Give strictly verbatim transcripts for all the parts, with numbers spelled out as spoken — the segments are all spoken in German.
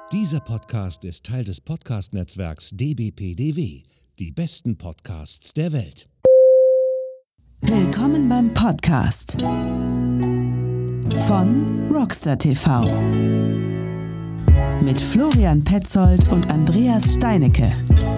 Dieser Podcast ist Teil des Podcast-Netzwerks D B P D W, die besten Podcasts der Welt. Willkommen beim Podcast von Rockstar T V mit Florian Petzold und Andreas Steinecke.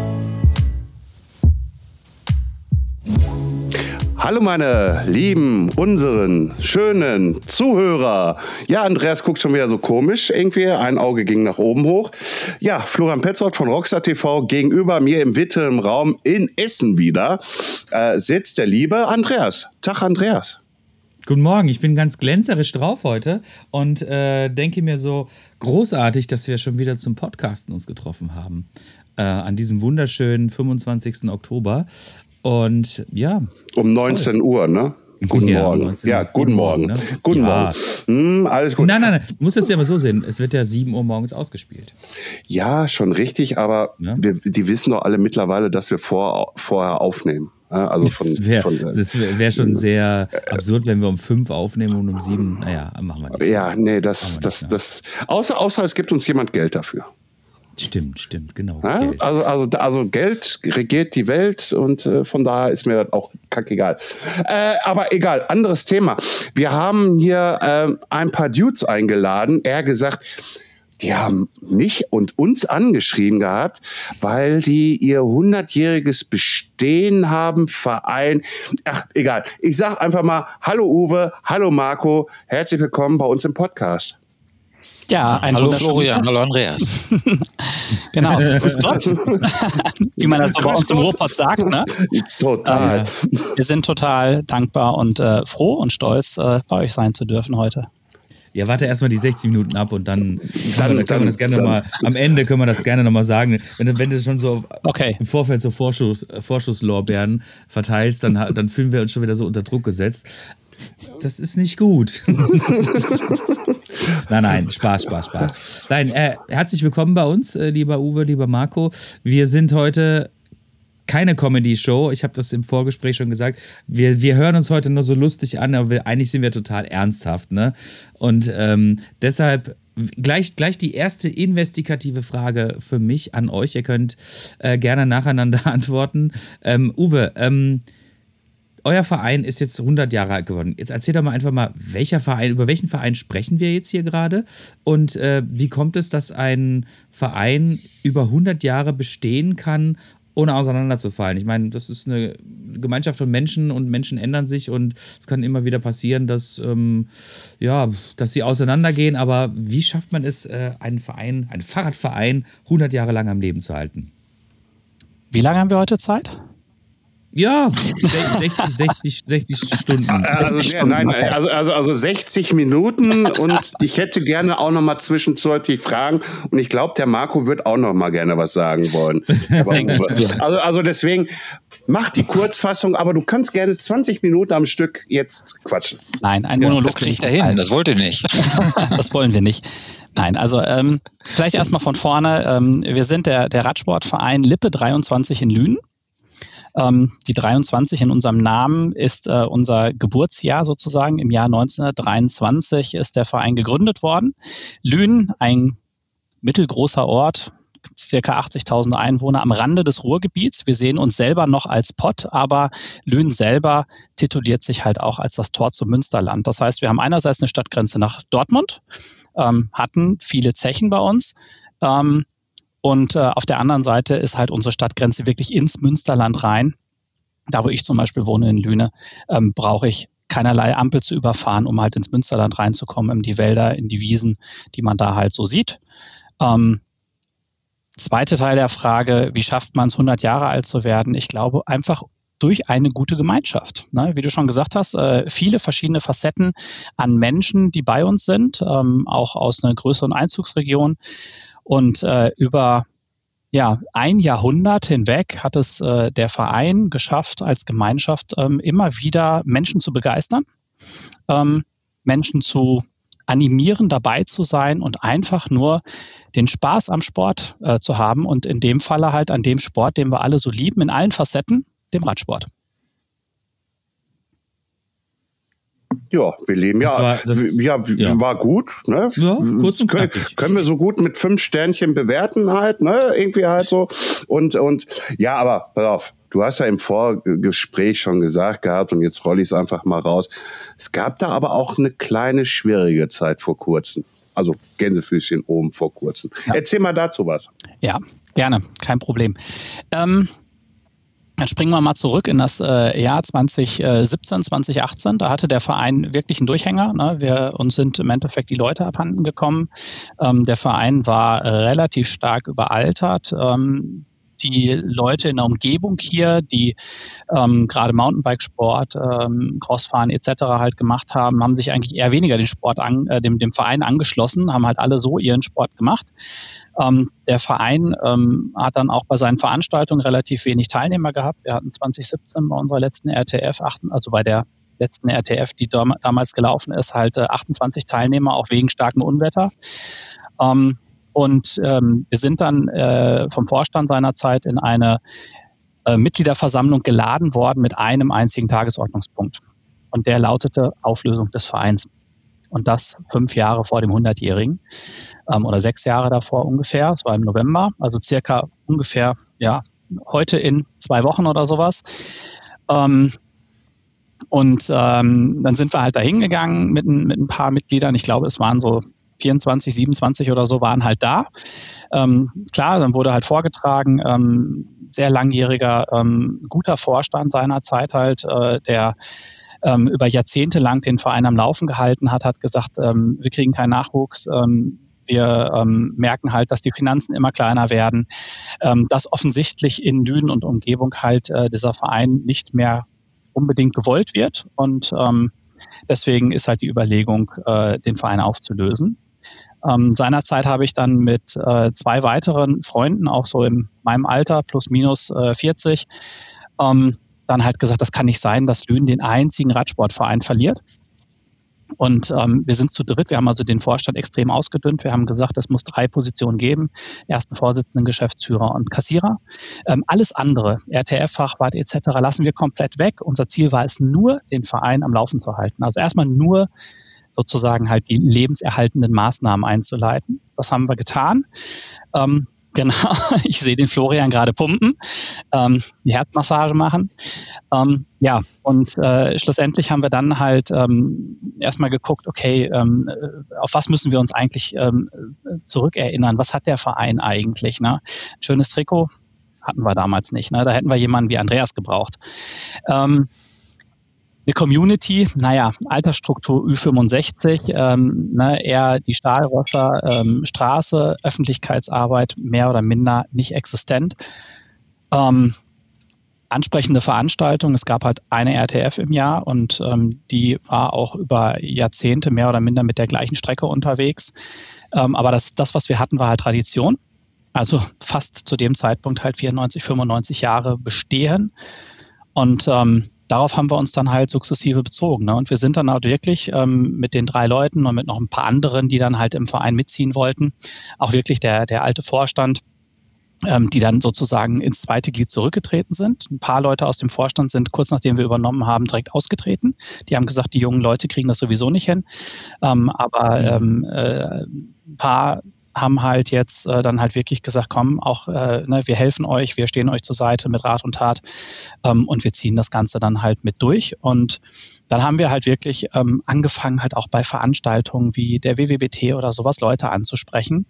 Hallo meine lieben, unseren schönen Zuhörer. Ja, Andreas guckt schon wieder so komisch irgendwie. Ein Auge ging nach oben hoch. Ja, Florian Petzold von Rockstar T V gegenüber mir im virtuellen Raum in Essen wieder äh, sitzt der liebe Andreas. Tag, Andreas. Guten Morgen, ich bin ganz glänzerisch drauf heute und äh, denke mir so großartig, dass wir schon wieder zum Podcasten uns getroffen haben. Äh, an diesem wunderschönen fünfundzwanzigsten Oktober. Und ja. Um neunzehn Uhr, ne? Guten ja, Morgen. Ja, guten Morgen. Ne? Guten ja. Morgen. Hm, alles gut. Nein, nein, nein. Du musst das ja mal so sehen. Es wird ja sieben Uhr morgens ausgespielt. Ja, schon richtig, aber ja? wir, die wissen doch alle mittlerweile, dass wir vor, vorher aufnehmen. Also von, das wäre von, wär schon sehr absurd, wenn wir um fünf aufnehmen und um sieben, naja, machen wir nicht. Ja, nee, das, das, nicht, das, außer, außer es gibt uns jemand Geld dafür. Stimmt, stimmt, genau. Ja? Geld. Also, also, also Geld regiert die Welt und äh, von daher ist mir das auch kackegal. Äh, aber egal, anderes Thema. Wir haben hier äh, ein paar Dudes eingeladen, eher gesagt, die haben mich und uns angeschrieben gehabt, weil die ihr hundertjähriges Bestehen haben, Verein. Ach, egal. Ich sag einfach mal, hallo Uwe, hallo Marco, herzlich willkommen bei uns im Podcast. Ja, ein hallo Florian, hallo Andreas. Genau, grüß Gott. Wie man das so bei uns im Ruhrpott sagt, ne? Total. Ähm, wir sind total dankbar und äh, froh und stolz, äh, bei euch sein zu dürfen heute. Ja, warte erstmal die sechzig Minuten ab und dann, dann, wir, dann, wir das gerne dann. noch mal, am Ende können wir das gerne nochmal sagen. Wenn du, wenn du schon so okay. im Vorfeld so Vorschuss, Vorschusslorbeeren verteilst, dann, dann fühlen wir uns schon wieder so unter Druck gesetzt. Das ist nicht gut. nein, nein, Spaß, Spaß, Spaß. Nein, äh, herzlich willkommen bei uns, äh, lieber Uwe, lieber Marco. Wir sind heute keine Comedy-Show. Ich habe das im Vorgespräch schon gesagt. Wir, wir hören uns heute nur so lustig an, aber wir, eigentlich sind wir total ernsthaft. Ne? Und ähm, deshalb gleich, gleich die erste investigative Frage für mich an euch. Ihr könnt äh, gerne nacheinander antworten. Ähm, Uwe, ähm, euer Verein ist jetzt hundert Jahre alt geworden. Jetzt erzähl doch mal einfach mal, welcher Verein, über welchen Verein sprechen wir jetzt hier gerade? Und äh, wie kommt es, dass ein Verein über hundert Jahre bestehen kann, ohne auseinanderzufallen? Ich meine, das ist eine Gemeinschaft von Menschen und Menschen ändern sich und es kann immer wieder passieren, dass, ähm, ja, dass sie auseinandergehen. Aber wie schafft man es, äh, einen Verein, einen Fahrradverein hundert Jahre lang am Leben zu halten? Wie lange haben wir heute Zeit? Ja, sechzig, sechzig, sechzig Stunden. Also, ja, nein, also, also, also sechzig Minuten und ich hätte gerne auch noch mal zwischenzeitlich Fragen und ich glaube, der Marco wird auch noch mal gerne was sagen wollen. Aber, also, also deswegen, mach die Kurzfassung, aber du kannst gerne zwanzig Minuten am Stück jetzt quatschen. Nein, ein Ja, Monolog. das kriegt er hin, das wollt ihr nicht. Das wollen wir nicht. Nein, also ähm, vielleicht erstmal von vorne. Ähm, wir sind der, der Radsportverein Lippe dreiundzwanzig in Lünen. Ähm, die dreiundzwanzig in unserem Namen ist äh, unser Geburtsjahr sozusagen. Im Jahr neunzehnhundertdreiundzwanzig ist der Verein gegründet worden. Lünen, ein mittelgroßer Ort, circa achtzigtausend Einwohner am Rande des Ruhrgebiets. Wir sehen uns selber noch als Pott, aber Lünen selber tituliert sich halt auch als das Tor zum Münsterland. Das heißt, wir haben einerseits eine Stadtgrenze nach Dortmund, ähm, hatten viele Zechen bei uns, ähm, und äh, auf der anderen Seite ist halt unsere Stadtgrenze wirklich ins Münsterland rein. Da, wo ich zum Beispiel wohne in Lüne, ähm, brauche ich keinerlei Ampel zu überfahren, um halt ins Münsterland reinzukommen, in die Wälder, in die Wiesen, die man da halt so sieht. Ähm, zweite Teil der Frage, wie schafft man es, hundert Jahre alt zu werden? Ich glaube einfach durch eine gute Gemeinschaft. Ne? Wie du schon gesagt hast, äh, viele verschiedene Facetten an Menschen, die bei uns sind, ähm, auch aus einer größeren Einzugsregion. Und äh, über ja, ein Jahrhundert hinweg hat es äh, der Verein geschafft, als Gemeinschaft ähm, immer wieder Menschen zu begeistern, ähm, Menschen zu animieren, dabei zu sein und einfach nur den Spaß am Sport äh, zu haben und in dem Falle halt an dem Sport, den wir alle so lieben, in allen Facetten, dem Radsport. Ja, wir leben Das ja, war- das- ja, ja. war gut, ne? Ja, kurz und können, knackig. können wir so gut mit fünf Sternchen bewerten halt, ne? Irgendwie halt so. Und, und, ja, aber, pass auf. Du hast ja im Vorgespräch schon gesagt gehabt, und jetzt rolle ich es einfach mal raus. Es gab da aber auch eine kleine schwierige Zeit vor kurzem. Also Gänsefüßchen oben vor kurzem. Ja. Erzähl mal dazu was. Ja, gerne, kein Problem. Ähm, dann springen wir mal zurück in das äh, Jahr zwanzig siebzehn, zwanzig achtzehn. Da hatte der Verein wirklich einen Durchhänger. Ne? Wir, uns sind im Endeffekt die Leute abhanden gekommen. Ähm, der Verein war äh, relativ stark überaltert. Ähm, die Leute in der Umgebung hier, die ähm, gerade Mountainbikesport, ähm, Crossfahren et cetera halt gemacht haben, haben sich eigentlich eher weniger den Sport an, äh, dem, dem Verein angeschlossen, haben halt alle so ihren Sport gemacht. Ähm, der Verein ähm, hat dann auch bei seinen Veranstaltungen relativ wenig Teilnehmer gehabt. Wir hatten zwanzig siebzehn bei unserer letzten R T F, also bei der letzten R T F, die dam- damals gelaufen ist, halt äh, achtundzwanzig Teilnehmer, auch wegen starkem Unwetter. Ähm, Und ähm, wir sind dann äh, vom Vorstand seinerzeit in eine äh, Mitgliederversammlung geladen worden mit einem einzigen Tagesordnungspunkt. Und der lautete Auflösung des Vereins. Und das fünf Jahre vor dem hundertjährigen ähm, oder sechs Jahre davor ungefähr. Es war im November, also circa ungefähr, ja, heute in zwei Wochen oder sowas. Ähm, und ähm, dann sind wir halt da hingegangen mit, mit ein paar Mitgliedern. Ich glaube, es waren so vierundzwanzig, siebenundzwanzig oder so waren halt da. Ähm, klar, dann wurde halt vorgetragen, ähm, sehr langjähriger, ähm, guter Vorstand seiner Zeit halt, äh, der ähm, über Jahrzehnte lang den Verein am Laufen gehalten hat, hat gesagt, ähm, wir kriegen keinen Nachwuchs, ähm, wir ähm, merken halt, dass die Finanzen immer kleiner werden, ähm, dass offensichtlich in Lünen und Umgebung halt äh, dieser Verein nicht mehr unbedingt gewollt wird und ähm, deswegen ist halt die Überlegung, äh, den Verein aufzulösen. Ähm, seinerzeit habe ich dann mit äh, zwei weiteren Freunden, auch so in meinem Alter, plus minus äh, vierzig, ähm, dann halt gesagt, das kann nicht sein, dass Lünen den einzigen Radsportverein verliert. Und ähm, wir sind zu dritt, wir haben also den Vorstand extrem ausgedünnt. Wir haben gesagt, es muss drei Positionen geben, ersten Vorsitzenden, Geschäftsführer und Kassierer. Ähm, alles andere, R T F-Fachwart et cetera, lassen wir komplett weg. Unser Ziel war es nur, den Verein am Laufen zu halten. Also erstmal nur sozusagen halt die lebenserhaltenden Maßnahmen einzuleiten. Das haben wir getan. Ähm, genau, ich sehe den Florian gerade pumpen, ähm, die Herzmassage machen. Ähm, ja, und äh, schlussendlich haben wir dann halt ähm, erstmal geguckt, okay, ähm, auf was müssen wir uns eigentlich ähm, zurückerinnern? Was hat der Verein eigentlich? Ne? Ein schönes Trikot hatten wir damals nicht. Ne? Da hätten wir jemanden wie Andreas gebraucht. Ähm, Eine Community, naja, Altersstruktur Ü fünfundsechzig, ähm, ne, eher die Stahlrösser, ähm, Straße, Öffentlichkeitsarbeit mehr oder minder nicht existent. Ähm, ansprechende Veranstaltung, es gab halt eine R T F im Jahr und ähm, die war auch über Jahrzehnte mehr oder minder mit der gleichen Strecke unterwegs. Ähm, aber das, das, was wir hatten, war halt Tradition. Also fast zu dem Zeitpunkt halt vierundneunzig, fünfundneunzig Jahre bestehen. Und ähm, darauf haben wir uns dann halt sukzessive bezogen. Ne? Und wir sind dann halt wirklich ähm, mit den drei Leuten und mit noch ein paar anderen, die dann halt im Verein mitziehen wollten, auch wirklich der, der alte Vorstand, ähm, die dann sozusagen ins zweite Glied zurückgetreten sind. Ein paar Leute aus dem Vorstand sind kurz nachdem wir übernommen haben, direkt ausgetreten. Die haben gesagt, die jungen Leute kriegen das sowieso nicht hin. Ähm, aber ähm, äh, ein paar haben halt jetzt äh, dann halt wirklich gesagt, komm, auch äh, ne, wir helfen euch, wir stehen euch zur Seite mit Rat und Tat ähm, und wir ziehen das Ganze dann halt mit durch. Und dann haben wir halt wirklich ähm, angefangen, halt auch bei Veranstaltungen wie der W W B T oder sowas Leute anzusprechen.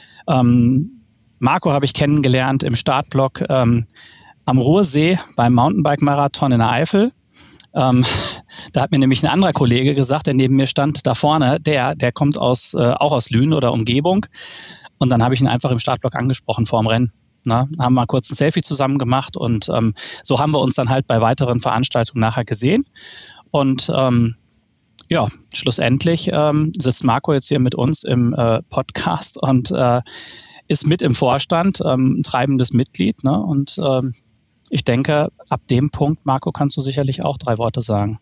Ähm, Marco habe ich kennengelernt im Startblock ähm, am Ruhrsee beim Mountainbike-Marathon in der Eifel. Ähm, da hat mir nämlich ein anderer Kollege gesagt, der neben mir stand, da vorne, der, der kommt aus, äh, auch aus Lünen oder Umgebung. Und dann habe ich ihn einfach im Startblock angesprochen vor dem Rennen. Na, haben mal kurz ein Selfie zusammen gemacht und ähm, so haben wir uns dann halt bei weiteren Veranstaltungen nachher gesehen. Und ähm, ja, schlussendlich ähm, sitzt Marco jetzt hier mit uns im äh, Podcast und äh, ist mit im Vorstand, ähm, ein treibendes Mitglied. Ne? Und ähm, ich denke, ab dem Punkt, Marco, kannst du sicherlich auch drei Worte sagen.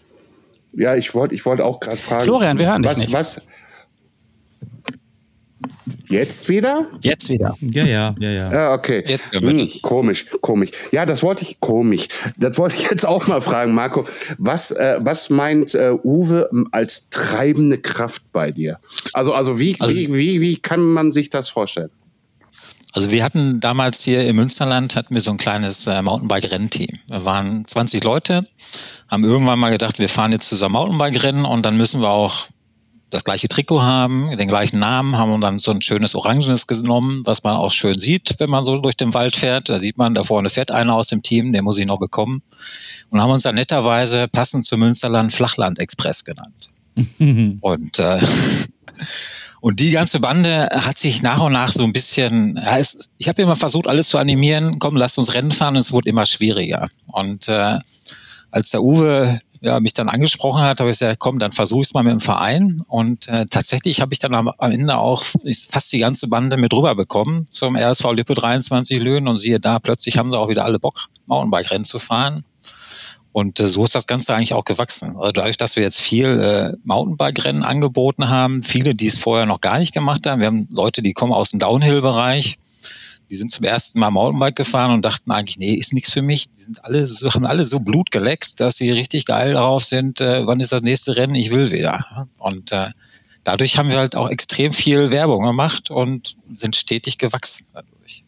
Ja, ich wollte ich wollte auch gerade fragen. Florian, wir hören dich was, nicht. Was? Jetzt wieder? Jetzt wieder. Ja, ja, ja, ja. Ja, okay. Jetzt hm, komisch, komisch. Ja, das wollte ich, komisch. Das wollte ich jetzt auch mal fragen, Marco. Was, äh, was meint äh, Uwe als treibende Kraft bei dir? Also, also, wie, Also- wie, wie, wie kann man sich das vorstellen? Also wir hatten damals hier im Münsterland hatten wir so ein kleines äh, Mountainbike-Rennteam. Wir waren zwanzig Leute, haben irgendwann mal gedacht, wir fahren jetzt zusammen Mountainbike-Rennen und dann müssen wir auch das gleiche Trikot haben, den gleichen Namen, haben dann so ein schönes Orangenes genommen, was man auch schön sieht, wenn man so durch den Wald fährt. Da sieht man, da vorne fährt einer aus dem Team, den muss ich noch bekommen. Und haben uns dann netterweise passend zum Münsterland Flachland-Express genannt. Und äh, Und die ganze Bande hat sich nach und nach so ein bisschen, ja, es, ich habe immer versucht, alles zu animieren, komm, lasst uns Rennen fahren, und es wurde immer schwieriger. Und äh, als der Uwe ja, mich dann angesprochen hat, habe ich gesagt, komm, dann versuche ich es mal mit dem Verein. Und äh, tatsächlich habe ich dann am, am Ende auch fast die ganze Bande mit rüber bekommen zum R S V Lippe dreiundzwanzig Löhnen. Und siehe da, plötzlich haben sie auch wieder alle Bock, Mountainbike-Rennen zu fahren. Und äh, so ist das Ganze eigentlich auch gewachsen. Also dadurch, dass wir jetzt viel äh, Mountainbike-Rennen angeboten haben, viele, die es vorher noch gar nicht gemacht haben. Wir haben Leute, die kommen aus dem Downhill-Bereich, die sind zum ersten Mal Mountainbike gefahren und dachten eigentlich, nee, ist nichts für mich. Die sind alle so, haben alle so Blut geleckt, dass sie richtig geil darauf sind, äh, wann ist das nächste Rennen, ich will wieder. Und äh, dadurch haben wir halt auch extrem viel Werbung gemacht und sind stetig gewachsen dadurch.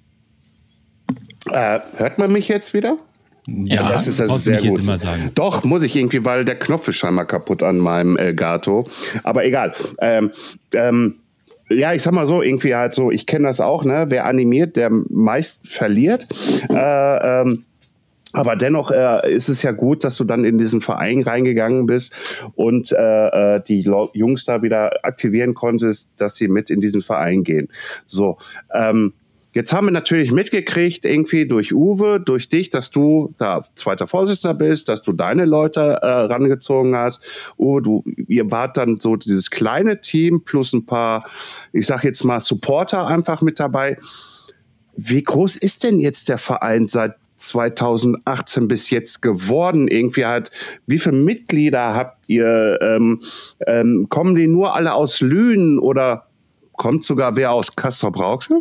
Äh, hört man mich jetzt wieder? Ja, das ist das brauchst du sehr nicht jetzt gut. immer sagen. Doch, muss ich irgendwie, weil der Knopf ist scheinbar kaputt an meinem Elgato. Aber egal. Ähm, ähm, ja, ich sag mal so, irgendwie halt so, ich kenne das auch, ne? Wer animiert, der meist verliert. Äh, ähm, aber dennoch äh, ist es ja gut, dass du dann in diesen Verein reingegangen bist und äh, die Lo- Jungs da wieder aktivieren konntest, dass sie mit in diesen Verein gehen. So, ähm, jetzt haben wir natürlich mitgekriegt, irgendwie durch Uwe, durch dich, dass du da zweiter Vorsitzender bist, dass du deine Leute äh, rangezogen hast. Uwe, du, ihr wart dann so dieses kleine Team plus ein paar, ich sag jetzt mal, Supporter einfach mit dabei. Wie groß ist denn jetzt der Verein seit zweitausendachtzehn bis jetzt geworden? Irgendwie halt, wie viele Mitglieder habt ihr? Ähm, ähm, kommen die nur alle aus Lünen oder kommt sogar wer aus Castrop-Rauxel?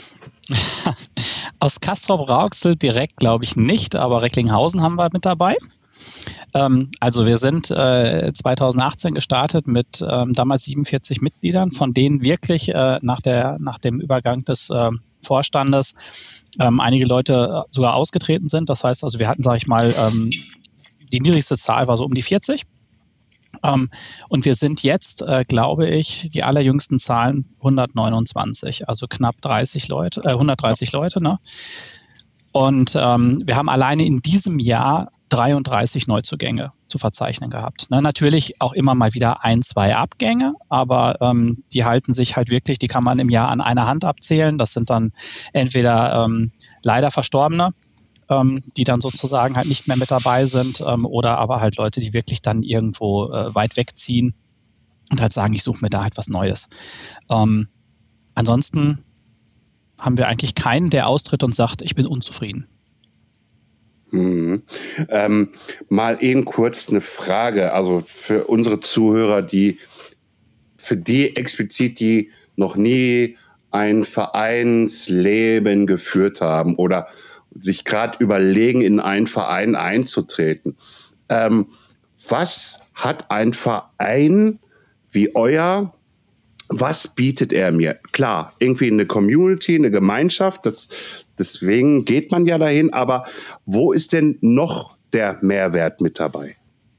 Aus Castrop-Rauxel direkt glaube ich nicht, aber Recklinghausen haben wir mit dabei. Ähm, also wir sind äh, zweitausendachtzehn gestartet mit ähm, damals siebenundvierzig Mitgliedern, von denen wirklich äh, nach, der, nach dem Übergang des äh, Vorstandes ähm, einige Leute sogar ausgetreten sind. Das heißt also, wir hatten, sage ich mal, ähm, die niedrigste Zahl war so um die vierzig. Um, und wir sind jetzt, äh, glaube ich, die allerjüngsten Zahlen hundertneunundzwanzig, also knapp dreißig Leute, äh, hundertdreißig Leute, ne? Und ähm, wir haben alleine in diesem Jahr dreiunddreißig Neuzugänge zu verzeichnen gehabt. Ne? Natürlich auch immer mal wieder ein, zwei Abgänge, aber ähm, die halten sich halt wirklich, die kann man im Jahr an einer Hand abzählen. Das sind dann entweder ähm, leider Verstorbene, die dann sozusagen halt nicht mehr mit dabei sind, ähm, oder aber halt Leute, die wirklich dann irgendwo äh, weit wegziehen und halt sagen, ich suche mir da halt was Neues. Ähm, ansonsten haben wir eigentlich keinen, der austritt und sagt, ich bin unzufrieden. Mhm. Ähm, mal eben kurz eine Frage, also für unsere Zuhörer, die für die explizit, die noch nie ein Vereinsleben geführt haben oder sich gerade überlegen, in einen Verein einzutreten. Ähm, was hat ein Verein wie euer, was bietet er mir? Klar, irgendwie eine Community, eine Gemeinschaft, das, deswegen geht man ja dahin, aber wo ist denn noch der Mehrwert mit dabei?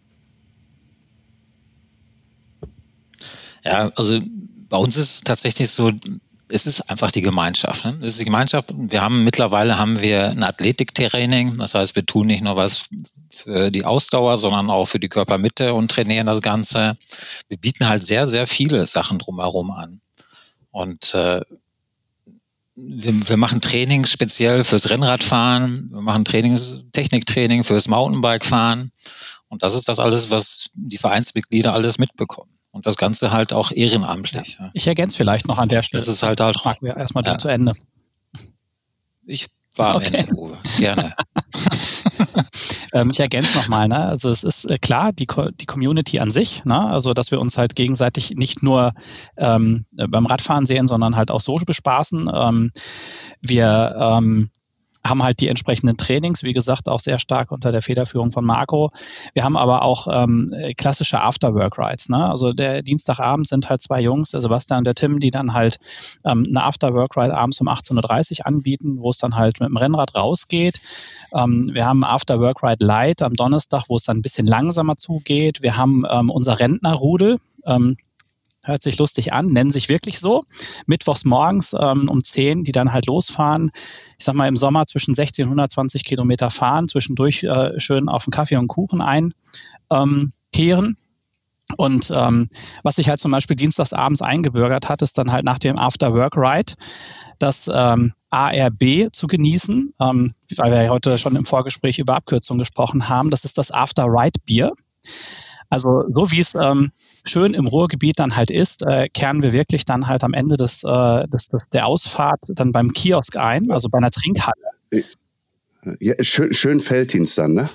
Ja, also bei uns ist es tatsächlich so, es ist einfach die Gemeinschaft. Ne? Es ist die Gemeinschaft. Wir haben mittlerweile haben wir ein Athletiktraining. Das heißt, wir tun nicht nur was für die Ausdauer, sondern auch für die Körpermitte und trainieren das Ganze. Wir bieten halt sehr, sehr viele Sachen drumherum an. Und äh, wir, wir machen Trainings speziell fürs Rennradfahren. Wir machen Trainings, Techniktraining fürs Mountainbikefahren. Und das ist das alles, was die Vereinsmitglieder alles mitbekommen. Und das Ganze halt auch ehrenamtlich. Ja. Ich ergänze vielleicht noch an der Stelle. Das ist halt halt Frag mir erstmal ja. zu Ende. Ich war Okay. am Ende, Uwe. Gerne. ähm, ich ergänze nochmal, ne? Also es ist äh, klar, die, Co- die Community an sich, ne? Also dass wir uns halt gegenseitig nicht nur ähm, beim Radfahren sehen, sondern halt auch so bespaßen. Ähm, wir ähm, haben halt die entsprechenden Trainings, wie gesagt, auch sehr stark unter der Federführung von Marco. Wir haben aber auch ähm, klassische After-Work-Rides. Ne? Also der Dienstagabend sind halt zwei Jungs, der Sebastian und der Tim, die dann halt ähm, eine After-Work-Ride abends um achtzehn Uhr dreißig anbieten, wo es dann halt mit dem Rennrad rausgeht. Ähm, wir haben After-Work-Ride Light am Donnerstag, wo es dann ein bisschen langsamer zugeht. Wir haben ähm, unser Rentnerrudel, ähm, hört sich lustig an, nennen sich wirklich so. Mittwochs morgens ähm, um zehn, die dann halt losfahren. Ich sag mal im Sommer zwischen sechzig und hundertzwanzig Kilometer fahren, zwischendurch äh, schön auf einen Kaffee und Kuchen einkehren. Ähm, und ähm, was sich halt zum Beispiel dienstags abends eingebürgert hat, ist dann halt nach dem After-Work-Ride das ähm, A R B zu genießen, ähm, weil wir ja heute schon im Vorgespräch über Abkürzungen gesprochen haben. Das ist das After-Ride-Bier. Also so wie es ähm, schön im Ruhrgebiet dann halt ist, äh, kehren wir wirklich dann halt am Ende des, äh, des, des der Ausfahrt dann beim Kiosk ein, also bei einer Trinkhalle. Ja, schön, schön Felddienst dann, ne?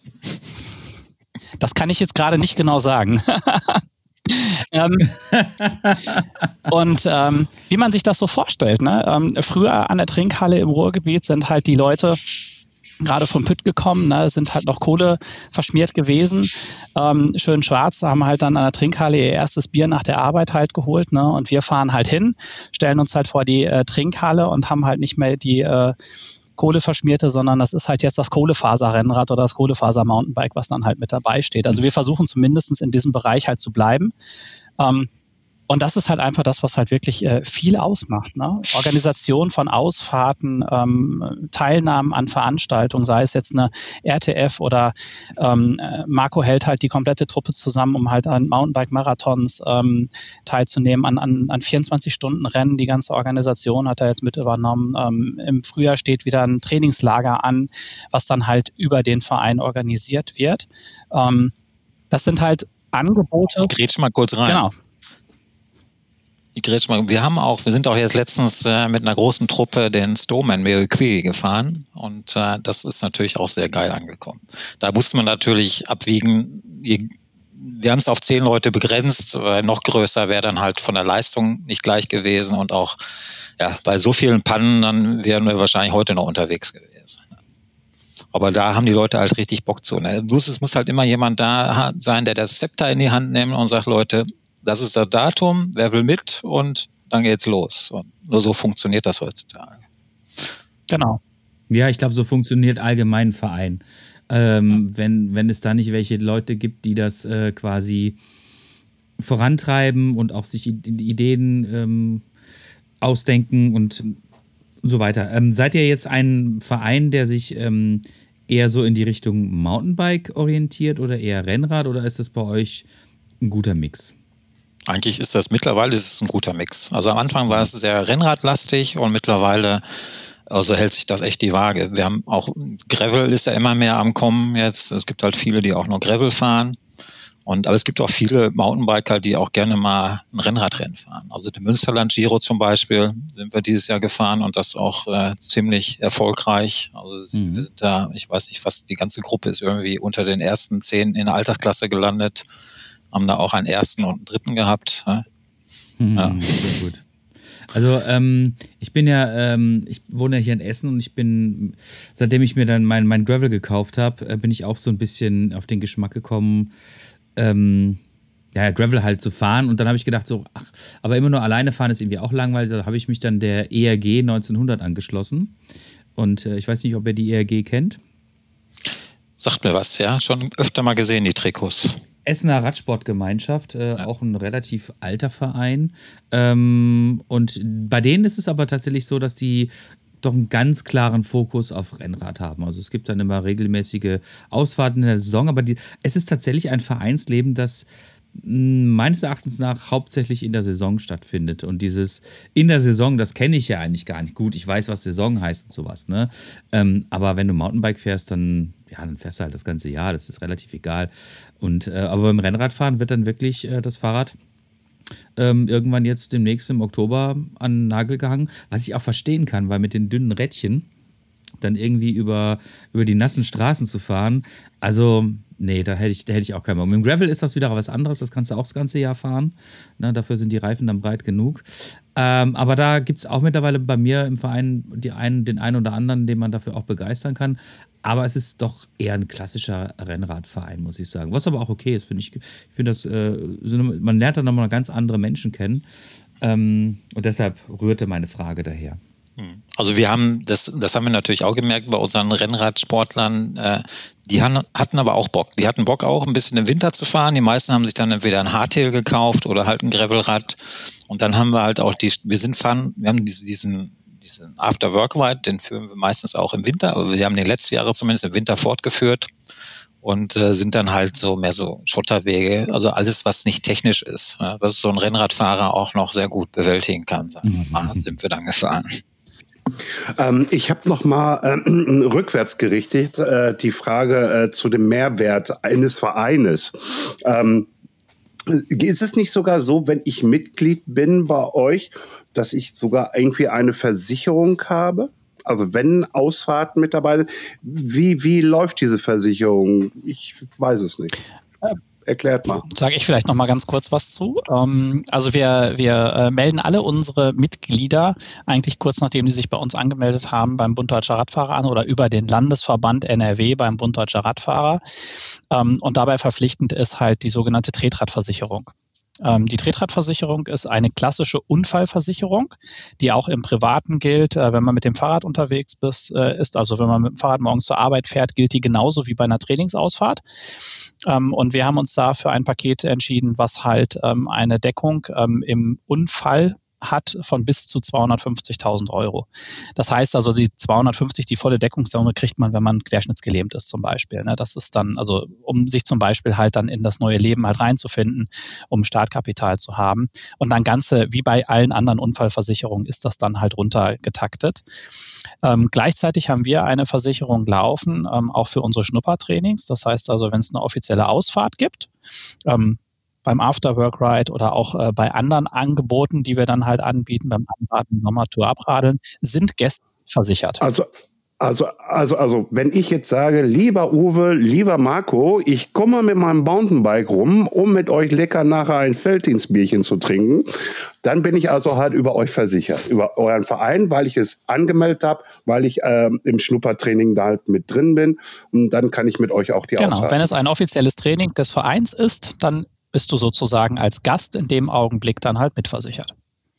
Das kann ich jetzt gerade nicht genau sagen. ähm, und ähm, wie man sich das so vorstellt, ne? Ähm, früher an der Trinkhalle im Ruhrgebiet sind halt die Leute gerade vom Pütt gekommen, ne, sind halt noch Kohle verschmiert gewesen, ähm, schön schwarz, haben halt dann an der Trinkhalle ihr erstes Bier nach der Arbeit halt geholt, ne, und wir fahren halt hin, stellen uns halt vor die äh, Trinkhalle und haben halt nicht mehr die äh, Kohle verschmierte, sondern das ist halt jetzt das Kohlefaser-Rennrad oder das Kohlefaser-Mountainbike, was dann halt mit dabei steht. Also wir versuchen zumindest in diesem Bereich halt zu bleiben. Ähm, Und das ist halt einfach das, was halt wirklich äh, viel ausmacht. Ne? Organisation von Ausfahrten, ähm, Teilnahmen an Veranstaltungen, sei es jetzt eine R T F oder ähm, Marco hält halt die komplette Truppe zusammen, um halt an Mountainbike-Marathons ähm, teilzunehmen, an, an, an vierundzwanzig-Stunden-Rennen. Die ganze Organisation hat er jetzt mit übernommen. Ähm, Im Frühjahr steht wieder ein Trainingslager an, was dann halt über den Verein organisiert wird. Ähm, das sind halt Angebote. Ich grätsch mal kurz rein. Genau. Wir haben auch, wir sind auch jetzt letztens äh, mit einer großen Truppe den Stoneman Miracle gefahren und äh, das ist natürlich auch sehr geil angekommen. Da musste man natürlich abwiegen, je, wir haben es auf zehn Leute begrenzt, weil noch größer wäre dann halt von der Leistung nicht gleich gewesen und auch ja, bei so vielen Pannen, dann wären wir wahrscheinlich heute noch unterwegs gewesen. Aber da haben die Leute halt richtig Bock zu. Ne? Bloß es muss halt immer jemand da sein, der das Zepter in die Hand nimmt und sagt, Leute, das ist das Datum, wer will mit und dann geht's los. Und nur so funktioniert das heutzutage. Genau. Ja, ich glaube, so funktioniert allgemein ein Verein. Ähm, ja. wenn, wenn es da nicht welche Leute gibt, die das äh, quasi vorantreiben und auch sich Ideen ähm, ausdenken und so weiter. Ähm, seid ihr jetzt ein Verein, der sich ähm, eher so in die Richtung Mountainbike orientiert oder eher Rennrad oder ist das bei euch ein guter Mix? Eigentlich ist das mittlerweile ist es ein guter Mix. Also am Anfang war es sehr rennradlastig und mittlerweile also hält sich das echt die Waage. Wir haben auch Gravel ist ja immer mehr am Kommen jetzt. Es gibt halt viele, die auch nur Gravel fahren. Und aber es gibt auch viele Mountainbiker, die auch gerne mal ein Rennradrennen fahren. Also den Münsterland Giro zum Beispiel sind wir dieses Jahr gefahren und das auch äh, ziemlich erfolgreich. Also mhm. wir sind da, ich weiß nicht, fast die ganze Gruppe ist irgendwie unter den ersten zehn in der Altersklasse gelandet. Haben da auch einen ersten und einen dritten gehabt. Ja. Mhm, ja. Sehr gut. Also ähm, ich bin ja, ähm, ich wohne ja hier in Essen und ich bin, seitdem ich mir dann mein, mein Gravel gekauft habe, äh, bin ich auch so ein bisschen auf den Geschmack gekommen, ähm, ja, Gravel halt zu fahren. Und dann habe ich gedacht so, ach, aber immer nur alleine fahren ist irgendwie auch langweilig. Da habe ich mich dann der E R G neunzehnhundert angeschlossen. Und äh, ich weiß nicht, ob ihr die E R G kennt. Sagt mir was, ja. Schon öfter mal gesehen, die Trikots. Essener Radsportgemeinschaft, äh, ja. Auch ein relativ alter Verein. Ähm, und bei denen ist es aber tatsächlich so, dass die doch einen ganz klaren Fokus auf Rennrad haben. Also es gibt dann immer regelmäßige Ausfahrten in der Saison, aber die, es ist tatsächlich ein Vereinsleben, das meines Erachtens nach hauptsächlich in der Saison stattfindet. Und dieses in der Saison, das kenne ich ja eigentlich gar nicht. Gut, ich weiß, was Saison heißt und sowas, ne? Ähm, aber wenn du Mountainbike fährst, dann, ja, dann fährst du halt das ganze Jahr, das ist relativ egal. Und, äh, aber beim Rennradfahren wird dann wirklich äh, das Fahrrad ähm, irgendwann jetzt demnächst im Oktober an den Nagel gehangen, was ich auch verstehen kann, weil mit den dünnen Rädchen dann irgendwie über, über die nassen Straßen zu fahren. Also, nee, da hätte ich, da hätte ich auch keinen Bock. Mit dem Gravel ist das wieder was anderes, das kannst du auch das ganze Jahr fahren. Na, dafür sind die Reifen dann breit genug. Ähm, aber da gibt es auch mittlerweile bei mir im Verein die einen, den einen oder anderen, den man dafür auch begeistern kann. Aber es ist doch eher ein klassischer Rennradverein, muss ich sagen. Was aber auch okay ist, finde ich. Ich finde das, äh, so, man lernt dann nochmal ganz andere Menschen kennen. Ähm, und deshalb rührte meine Frage daher. Also wir haben, das, das haben wir natürlich auch gemerkt bei unseren Rennradsportlern, äh, die han, hatten aber auch Bock. Die hatten Bock auch, ein bisschen im Winter zu fahren. Die meisten haben sich dann entweder ein Hardtail gekauft oder halt ein Gravelrad. Und dann haben wir halt auch die, wir sind fahren, wir haben diesen, diesen, diesen After-Work-Ride, den führen wir meistens auch im Winter, aber wir haben den letzten Jahre zumindest im Winter fortgeführt und äh, sind dann halt so mehr so Schotterwege, also alles, was nicht technisch ist, ja, was so ein Rennradfahrer auch noch sehr gut bewältigen kann, sagen wir mal, sind wir dann gefahren. Ähm, ich habe noch mal äh, rückwärts gerichtet äh, die Frage äh, zu dem Mehrwert eines Vereines. Ähm, ist es nicht sogar so, wenn ich Mitglied bin bei euch, dass ich sogar irgendwie eine Versicherung habe? Also wenn Ausfahrten mit dabei sind, wie, wie läuft diese Versicherung? Ich weiß es nicht. Erklärt mal. Sage ich vielleicht noch mal ganz kurz was zu. Ähm, also wir, wir äh, melden alle unsere Mitglieder eigentlich kurz nachdem die sich bei uns angemeldet haben beim Bund Deutscher Radfahrer an oder über den Landesverband N R W beim Bund Deutscher Radfahrer. Ähm, und dabei verpflichtend ist halt die sogenannte Tretradversicherung. Ähm, die Tretradversicherung ist eine klassische Unfallversicherung, die auch im Privaten gilt, äh, wenn man mit dem Fahrrad unterwegs bis, äh, ist. Also wenn man mit dem Fahrrad morgens zur Arbeit fährt, gilt die genauso wie bei einer Trainingsausfahrt. Ähm, und wir haben uns da für ein Paket entschieden, was halt ähm, eine Deckung ähm, im Unfall hat von bis zu zweihundertfünfzigtausend Euro. Das heißt also, die zweihundertfünfzig, die volle Deckungssumme kriegt man, wenn man querschnittsgelähmt ist zum Beispiel. Das ist dann, also um sich zum Beispiel halt dann in das neue Leben halt reinzufinden, um Startkapital zu haben. Und dann Ganze, wie bei allen anderen Unfallversicherungen, ist das dann halt runtergetaktet. Ähm, gleichzeitig haben wir eine Versicherung laufen, ähm, auch für unsere Schnuppertrainings. Das heißt also, wenn es eine offizielle Ausfahrt gibt, ähm, beim After-Work-Ride oder auch äh, bei anderen Angeboten, die wir dann halt anbieten, beim Anraten, Sommertour, Abradeln, sind Gäste versichert. Also, also, also, also, wenn ich jetzt sage, lieber Uwe, lieber Marco, ich komme mit meinem Mountainbike rum, um mit euch lecker nachher ein Felddienstbierchen zu trinken, dann bin ich also halt über euch versichert, über euren Verein, weil ich es angemeldet habe, weil ich äh, im Schnuppertraining da halt mit drin bin und dann kann ich mit euch auch die Genau, Ausfahrten. Wenn es ein offizielles Training des Vereins ist, dann bist du sozusagen als Gast in dem Augenblick dann halt mitversichert.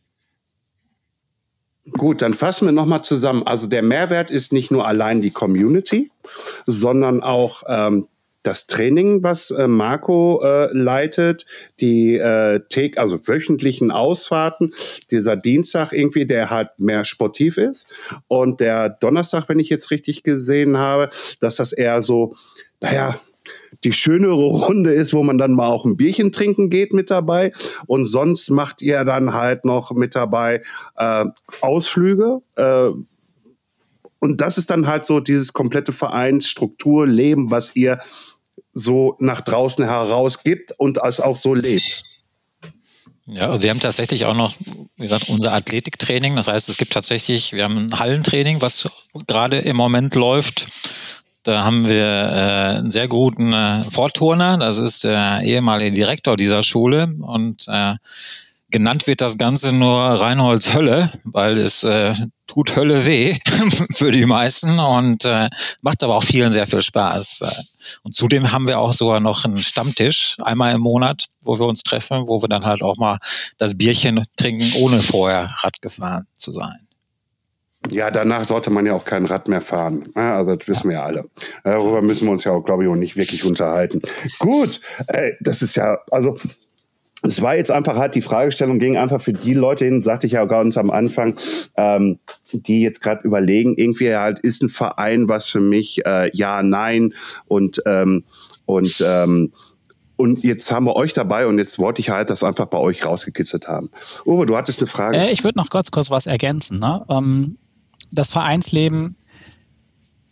Gut, dann fassen wir nochmal zusammen. Also der Mehrwert ist nicht nur allein die Community, sondern auch ähm, das Training, was äh, Marco äh, leitet, die äh, Take, also wöchentlichen Ausfahrten, dieser Dienstag irgendwie, der halt mehr sportiv ist und der Donnerstag, wenn ich jetzt richtig gesehen habe, dass das eher so, naja, die schönere Runde ist, wo man dann mal auch ein Bierchen trinken geht mit dabei. Und sonst macht ihr dann halt noch mit dabei äh, Ausflüge. Äh, und das ist dann halt so dieses komplette Vereinsstruktur, Leben, was ihr so nach draußen herausgibt und als auch so lebt. Ja, wir haben tatsächlich auch noch, wie gesagt, unser Athletiktraining. Das heißt, es gibt tatsächlich, wir haben ein Hallentraining, was gerade im Moment läuft. Da haben wir äh, einen sehr guten äh, Vorturner, das ist der ehemalige Direktor dieser Schule und äh, genannt wird das Ganze nur Reinholds Hölle, weil es äh, tut Hölle weh für die meisten und äh, macht aber auch vielen sehr viel Spaß. Und zudem haben wir auch sogar noch einen Stammtisch, einmal im Monat, wo wir uns treffen, wo wir dann halt auch mal das Bierchen trinken, ohne vorher Rad gefahren zu sein. Ja, danach sollte man ja auch kein Rad mehr fahren. Also das wissen wir ja alle. Darüber müssen wir uns ja auch, glaube ich, auch nicht wirklich unterhalten. Gut, äh, das ist ja, also es war jetzt einfach halt, die Fragestellung ging einfach für die Leute hin, sagte ich ja ganz am Anfang, ähm, die jetzt gerade überlegen, irgendwie halt, ist ein Verein was für mich, äh, ja, nein und ähm, und ähm, Und jetzt haben wir euch dabei und jetzt wollte ich halt das einfach bei euch rausgekitzelt haben. Uwe, du hattest eine Frage. Äh, ich würde noch kurz kurz was ergänzen. Ne? Ähm, das Vereinsleben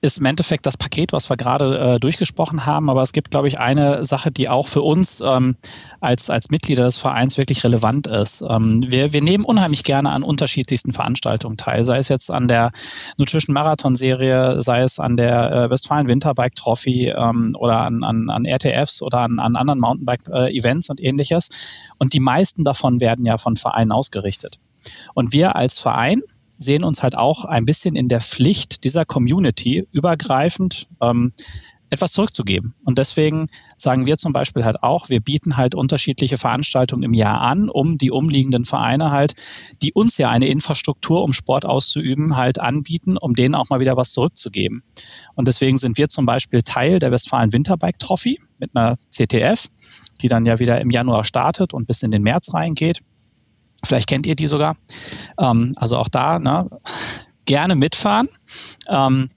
ist im Endeffekt das Paket, was wir gerade äh, durchgesprochen haben. Aber es gibt, glaube ich, eine Sache, die auch für uns ähm, als, als Mitglieder des Vereins wirklich relevant ist. Ähm, wir, wir nehmen unheimlich gerne an unterschiedlichsten Veranstaltungen teil, sei es jetzt an der Nutrition Marathon Serie, sei es an der äh, Westfalen Winterbike Trophy ähm, oder an, an, an R T Fs oder an, an anderen Mountainbike-Events äh, und ähnliches. Und die meisten davon werden ja von Vereinen ausgerichtet. Und wir als Verein sehen uns halt auch ein bisschen in der Pflicht, dieser Community übergreifend ähm, etwas zurückzugeben. Und deswegen sagen wir zum Beispiel halt auch, wir bieten halt unterschiedliche Veranstaltungen im Jahr an, um die umliegenden Vereine halt, die uns ja eine Infrastruktur, um Sport auszuüben, halt anbieten, um denen auch mal wieder was zurückzugeben. Und deswegen sind wir zum Beispiel Teil der Westfalen Winterbike Trophy mit einer C T F, die dann ja wieder im Januar startet und bis in den März reingeht. Vielleicht kennt ihr die sogar. Ähm, also auch da ne, gerne mitfahren. Ähm,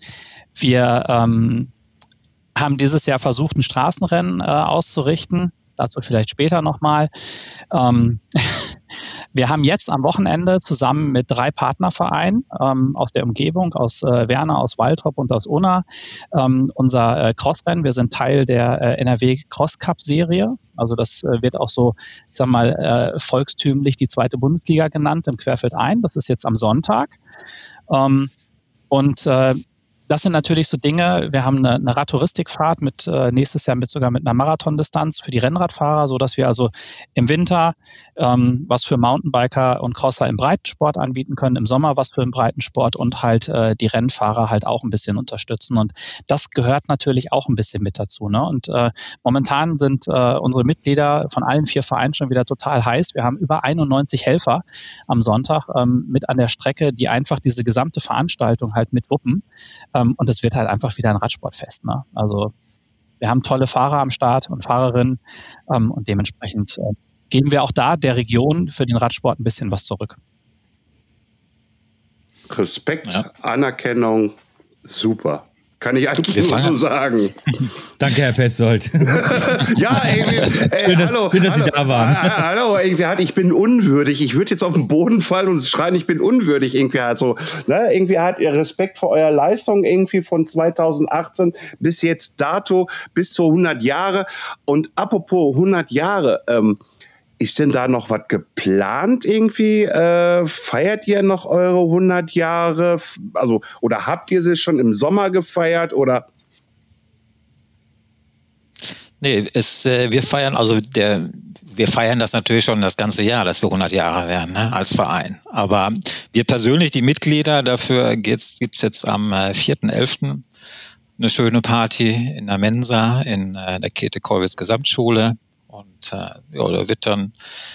wir ähm, haben dieses Jahr versucht, ein Straßenrennen äh, auszurichten. Dazu vielleicht später nochmal. Ähm, wir haben jetzt am Wochenende zusammen mit drei Partnervereinen ähm, aus der Umgebung, aus äh, Werna, aus Waltrop und aus Unna, ähm, unser äh, Crossrennen. Wir sind Teil der äh, N R W Cross Cup Serie. Also das äh, wird auch so, ich sag mal, äh, volkstümlich die zweite Bundesliga genannt im Querfeldein. Das ist jetzt am Sonntag. Ähm, und äh, Das sind natürlich so Dinge, wir haben eine, eine Radtouristikfahrt mit äh, nächstes Jahr mit sogar mit einer Marathondistanz für die Rennradfahrer, so dass wir also im Winter ähm, was für Mountainbiker und Crosser im Breitensport anbieten können, im Sommer was für den Breitensport und halt äh, die Rennfahrer halt auch ein bisschen unterstützen. Und das gehört natürlich auch ein bisschen mit dazu. Ne? Und äh, momentan sind äh, unsere Mitglieder von allen vier Vereinen schon wieder total heiß. Wir haben über einundneunzig Helfer am Sonntag ähm, mit an der Strecke, die einfach diese gesamte Veranstaltung halt mit wuppen. Und es wird halt einfach wieder ein Radsportfest. Ne? Also wir haben tolle Fahrer am Start und Fahrerinnen ähm, und dementsprechend äh, geben wir auch da der Region für den Radsport ein bisschen was zurück. Respekt, ja. Anerkennung, super. Kann ich eigentlich nur so sagen. Danke, Herr Petzold. Ja, ey, ey schön, hallo. Schön, dass hallo, Sie da waren. Hallo, irgendwie hat, ich bin unwürdig. Ich würde jetzt auf den Boden fallen und schreien, ich bin unwürdig. Irgendwie halt so, ne? Irgendwie hat ihr Respekt vor eurer Leistung irgendwie von zweitausendachtzehn bis jetzt dato, bis zu hundert Jahre. Und apropos hundert Jahre, ähm, ist denn da noch was geplant irgendwie? Äh, feiert ihr noch eure hundert Jahre? Also, oder habt ihr sie schon im Sommer gefeiert? Oder? Nee, es, äh, wir feiern, also der, wir feiern das natürlich schon das ganze Jahr, dass wir hundert Jahre werden, ne, als Verein. Aber wir persönlich, die Mitglieder, dafür gibt's, gibt's jetzt am äh, vierten elften eine schöne Party in der Mensa in äh, der Käthe-Kollwitz Gesamtschule. Und äh, ja, da wird dann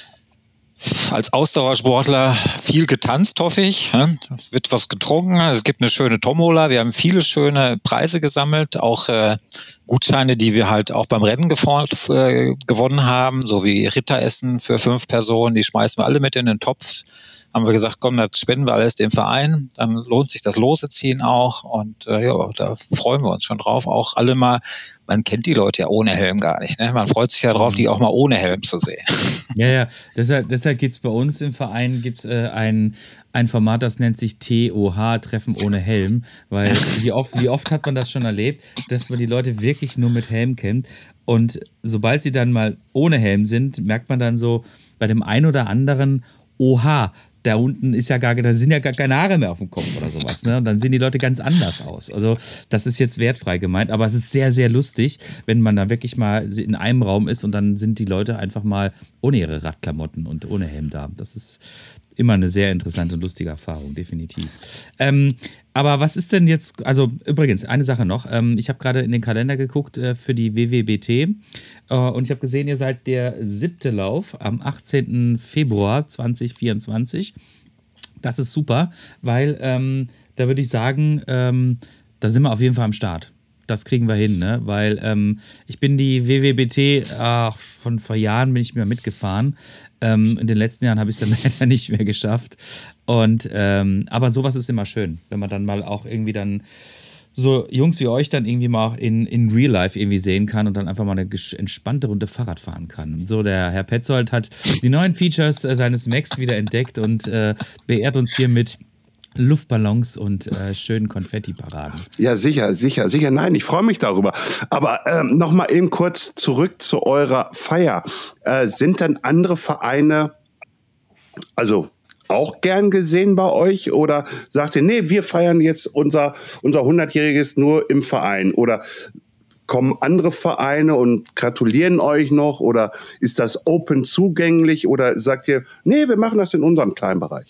als Ausdauersportler viel getanzt, hoffe ich. Es wird was getrunken, es gibt eine schöne Tombola. Wir haben viele schöne Preise gesammelt, auch äh, Gutscheine, die wir halt auch beim Rennen gefo- äh, gewonnen haben, so wie Ritteressen für fünf Personen, die schmeißen wir alle mit in den Topf. Haben wir gesagt, komm, das spenden wir alles dem Verein, dann lohnt sich das Lose ziehen auch und äh, ja, da freuen wir uns schon drauf. Auch alle mal, man kennt die Leute ja ohne Helm gar nicht, ne? Man freut sich ja drauf, die auch mal ohne Helm zu sehen. Ja, ja, deshalb, deshalb gibt es bei uns im Verein gibt's, äh, ein, ein Format, das nennt sich T O H, Treffen ohne Helm, weil wie oft, wie oft hat man das schon erlebt, dass man die Leute wirklich nur mit Helm kennt und sobald sie dann mal ohne Helm sind, merkt man dann so bei dem einen oder anderen, oha, da unten ist ja gar, da sind ja gar keine Haare mehr auf dem Kopf oder sowas, ne? Und dann sehen die Leute ganz anders aus. Also das ist jetzt wertfrei gemeint, aber es ist sehr, sehr lustig, wenn man da wirklich mal in einem Raum ist und dann sind die Leute einfach mal ohne ihre Radklamotten und ohne Helm da. Das ist immer eine sehr interessante und lustige Erfahrung, definitiv. Ähm, aber was ist denn jetzt, also übrigens, eine Sache noch, ähm, ich habe gerade in den Kalender geguckt äh, für die W W B T äh, und ich habe gesehen, ihr seid der siebte Lauf am achtzehnten Februar zweitausendvierundzwanzig. Das ist super, weil ähm, da würde ich sagen, ähm, da sind wir auf jeden Fall am Start. Das kriegen wir hin, ne? Weil ähm, ich bin die W W B T, ach, von vor Jahren bin ich mehr mitgefahren. Ähm, in den letzten Jahren habe ich es dann leider nicht mehr geschafft. Und ähm, aber sowas ist immer schön, wenn man dann mal auch irgendwie dann so Jungs wie euch dann irgendwie mal auch in, in Real Life irgendwie sehen kann und dann einfach mal eine entspannte Runde Fahrrad fahren kann. So, der Herr Petzold hat die neuen Features äh, seines Macs wieder entdeckt und äh, beehrt uns hier mit Luftballons und äh, schönen Konfetti-Paraden. Ja, sicher, sicher, sicher. Nein, ich freue mich darüber. Aber ähm, noch mal eben kurz zurück zu eurer Feier. Äh, sind dann andere Vereine, also auch gern gesehen bei euch? Oder sagt ihr, nee, wir feiern jetzt unser, unser hundertjähriges nur im Verein? Oder kommen andere Vereine und gratulieren euch noch? Oder ist das open zugänglich? Oder sagt ihr, nee, wir machen das in unserem kleinen Bereich?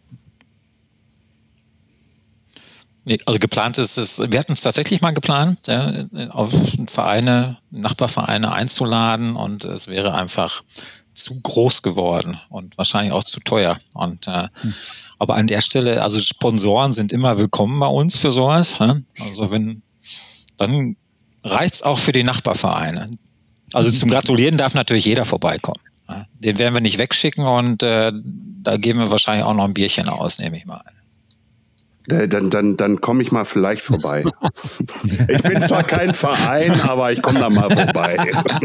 Nee, also geplant ist es, wir hatten es tatsächlich mal geplant, ja, auf Vereine, Nachbarvereine einzuladen, und es wäre einfach zu groß geworden und wahrscheinlich auch zu teuer. Und äh, hm. aber an der Stelle, also Sponsoren sind immer willkommen bei uns für sowas. Ja? Also wenn, dann reicht's auch für die Nachbarvereine. Also zum Gratulieren darf natürlich jeder vorbeikommen. Ja? Den werden wir nicht wegschicken, und äh, da geben wir wahrscheinlich auch noch ein Bierchen aus, nehme ich mal an. Dann, dann, dann komme ich mal vielleicht vorbei. Ich bin zwar kein Verein, aber ich komme da mal vorbei.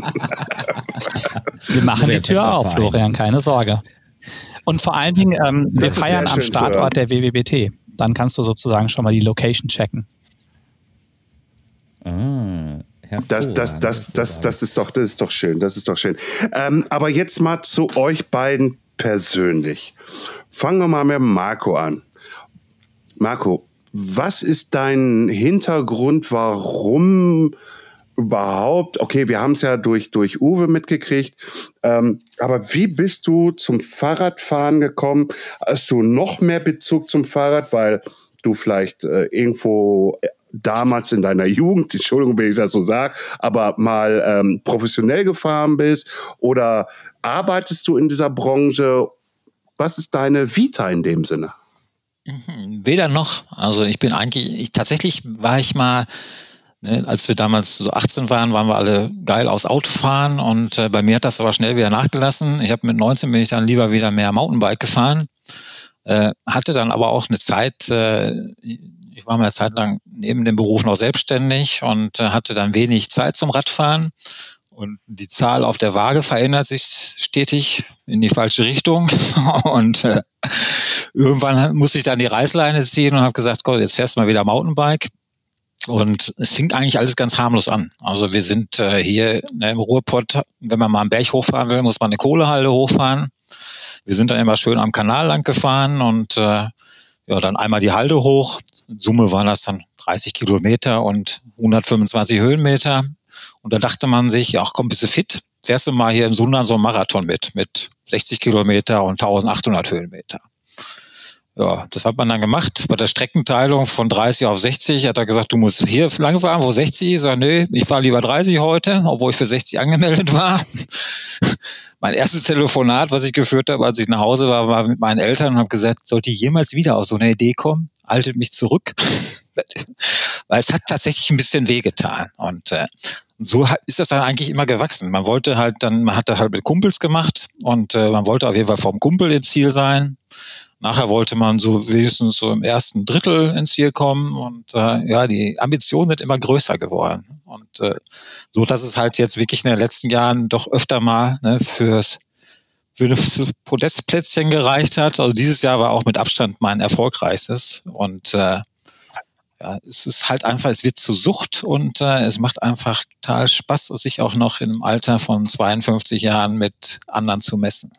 Wir machen die Tür auf, Florian, keine Sorge. Und vor allen Dingen, ähm, wir feiern am Standort der W W B T. Dann kannst du sozusagen schon mal die Location checken. Ah, das, das, das, das, das, ist doch, das ist doch schön, das ist doch schön. Ähm, aber jetzt mal zu euch beiden persönlich. Fangen wir mal mit Marco an. Marco, was ist dein Hintergrund, warum überhaupt, okay, wir haben es ja durch, durch Uwe mitgekriegt, ähm, aber wie bist du zum Fahrradfahren gekommen? Hast du noch mehr Bezug zum Fahrrad, weil du vielleicht äh, irgendwo damals in deiner Jugend, Entschuldigung, wenn ich das so sage, aber mal ähm, professionell gefahren bist, oder arbeitest du in dieser Branche? Was ist deine Vita in dem Sinne? Weder noch. Also ich bin eigentlich, ich, tatsächlich war ich mal, ne, als wir damals so achtzehn waren, waren wir alle geil aufs Autofahren, und äh, bei mir hat das aber schnell wieder nachgelassen. Ich habe mit neunzehn bin ich dann lieber wieder mehr Mountainbike gefahren, äh, hatte dann aber auch eine Zeit, äh, ich war mal eine Zeit lang neben dem Beruf noch selbstständig und äh, hatte dann wenig Zeit zum Radfahren. Und die Zahl auf der Waage verändert sich stetig in die falsche Richtung. Und äh, irgendwann musste ich dann die Reißleine ziehen und habe gesagt, Gott, jetzt fährst du mal wieder Mountainbike. Und es fing eigentlich alles ganz harmlos an. Also wir sind äh, hier ne, im Ruhrpott, wenn man mal einen Berg hochfahren will, muss man eine Kohlehalde hochfahren. Wir sind dann immer schön am Kanal lang gefahren und äh, ja, dann einmal die Halde hoch. In Summe waren das dann dreißig Kilometer und hundertfünfundzwanzig Höhenmeter. Und da dachte man sich, ach komm, bist du fit? Fährst du mal hier im Sundern so einen Marathon mit, mit sechzig Kilometer und eintausendachthundert Höhenmeter. Ja, das hat man dann gemacht. Bei der Streckenteilung von dreißig auf sechzig hat er gesagt, du musst hier lang fahren, wo sechzig ist. Ich sage, nee, ich fahre lieber dreißig heute, obwohl ich für sechzig angemeldet war. Mein erstes Telefonat, was ich geführt habe, als ich nach Hause war, war mit meinen Eltern und habe gesagt, sollte ich jemals wieder auf so eine Idee kommen, haltet mich zurück. Weil es hat tatsächlich ein bisschen wehgetan. Und äh, so ist das dann eigentlich immer gewachsen. Man wollte halt dann, man hat das halt mit Kumpels gemacht und äh, man wollte auf jeden Fall vom Kumpel im Ziel sein. Nachher wollte man so wenigstens so im ersten Drittel ins Ziel kommen, und äh, ja, die Ambitionen sind immer größer geworden. Und äh, so, dass es halt jetzt wirklich in den letzten Jahren doch öfter mal ne, fürs für das Podestplätzchen gereicht hat. Also dieses Jahr war auch mit Abstand mein erfolgreichstes. Und äh, ja, es ist halt einfach, es wird zur Sucht, und äh, es macht einfach total Spaß, sich auch noch im Alter von zweiundfünfzig Jahren mit anderen zu messen.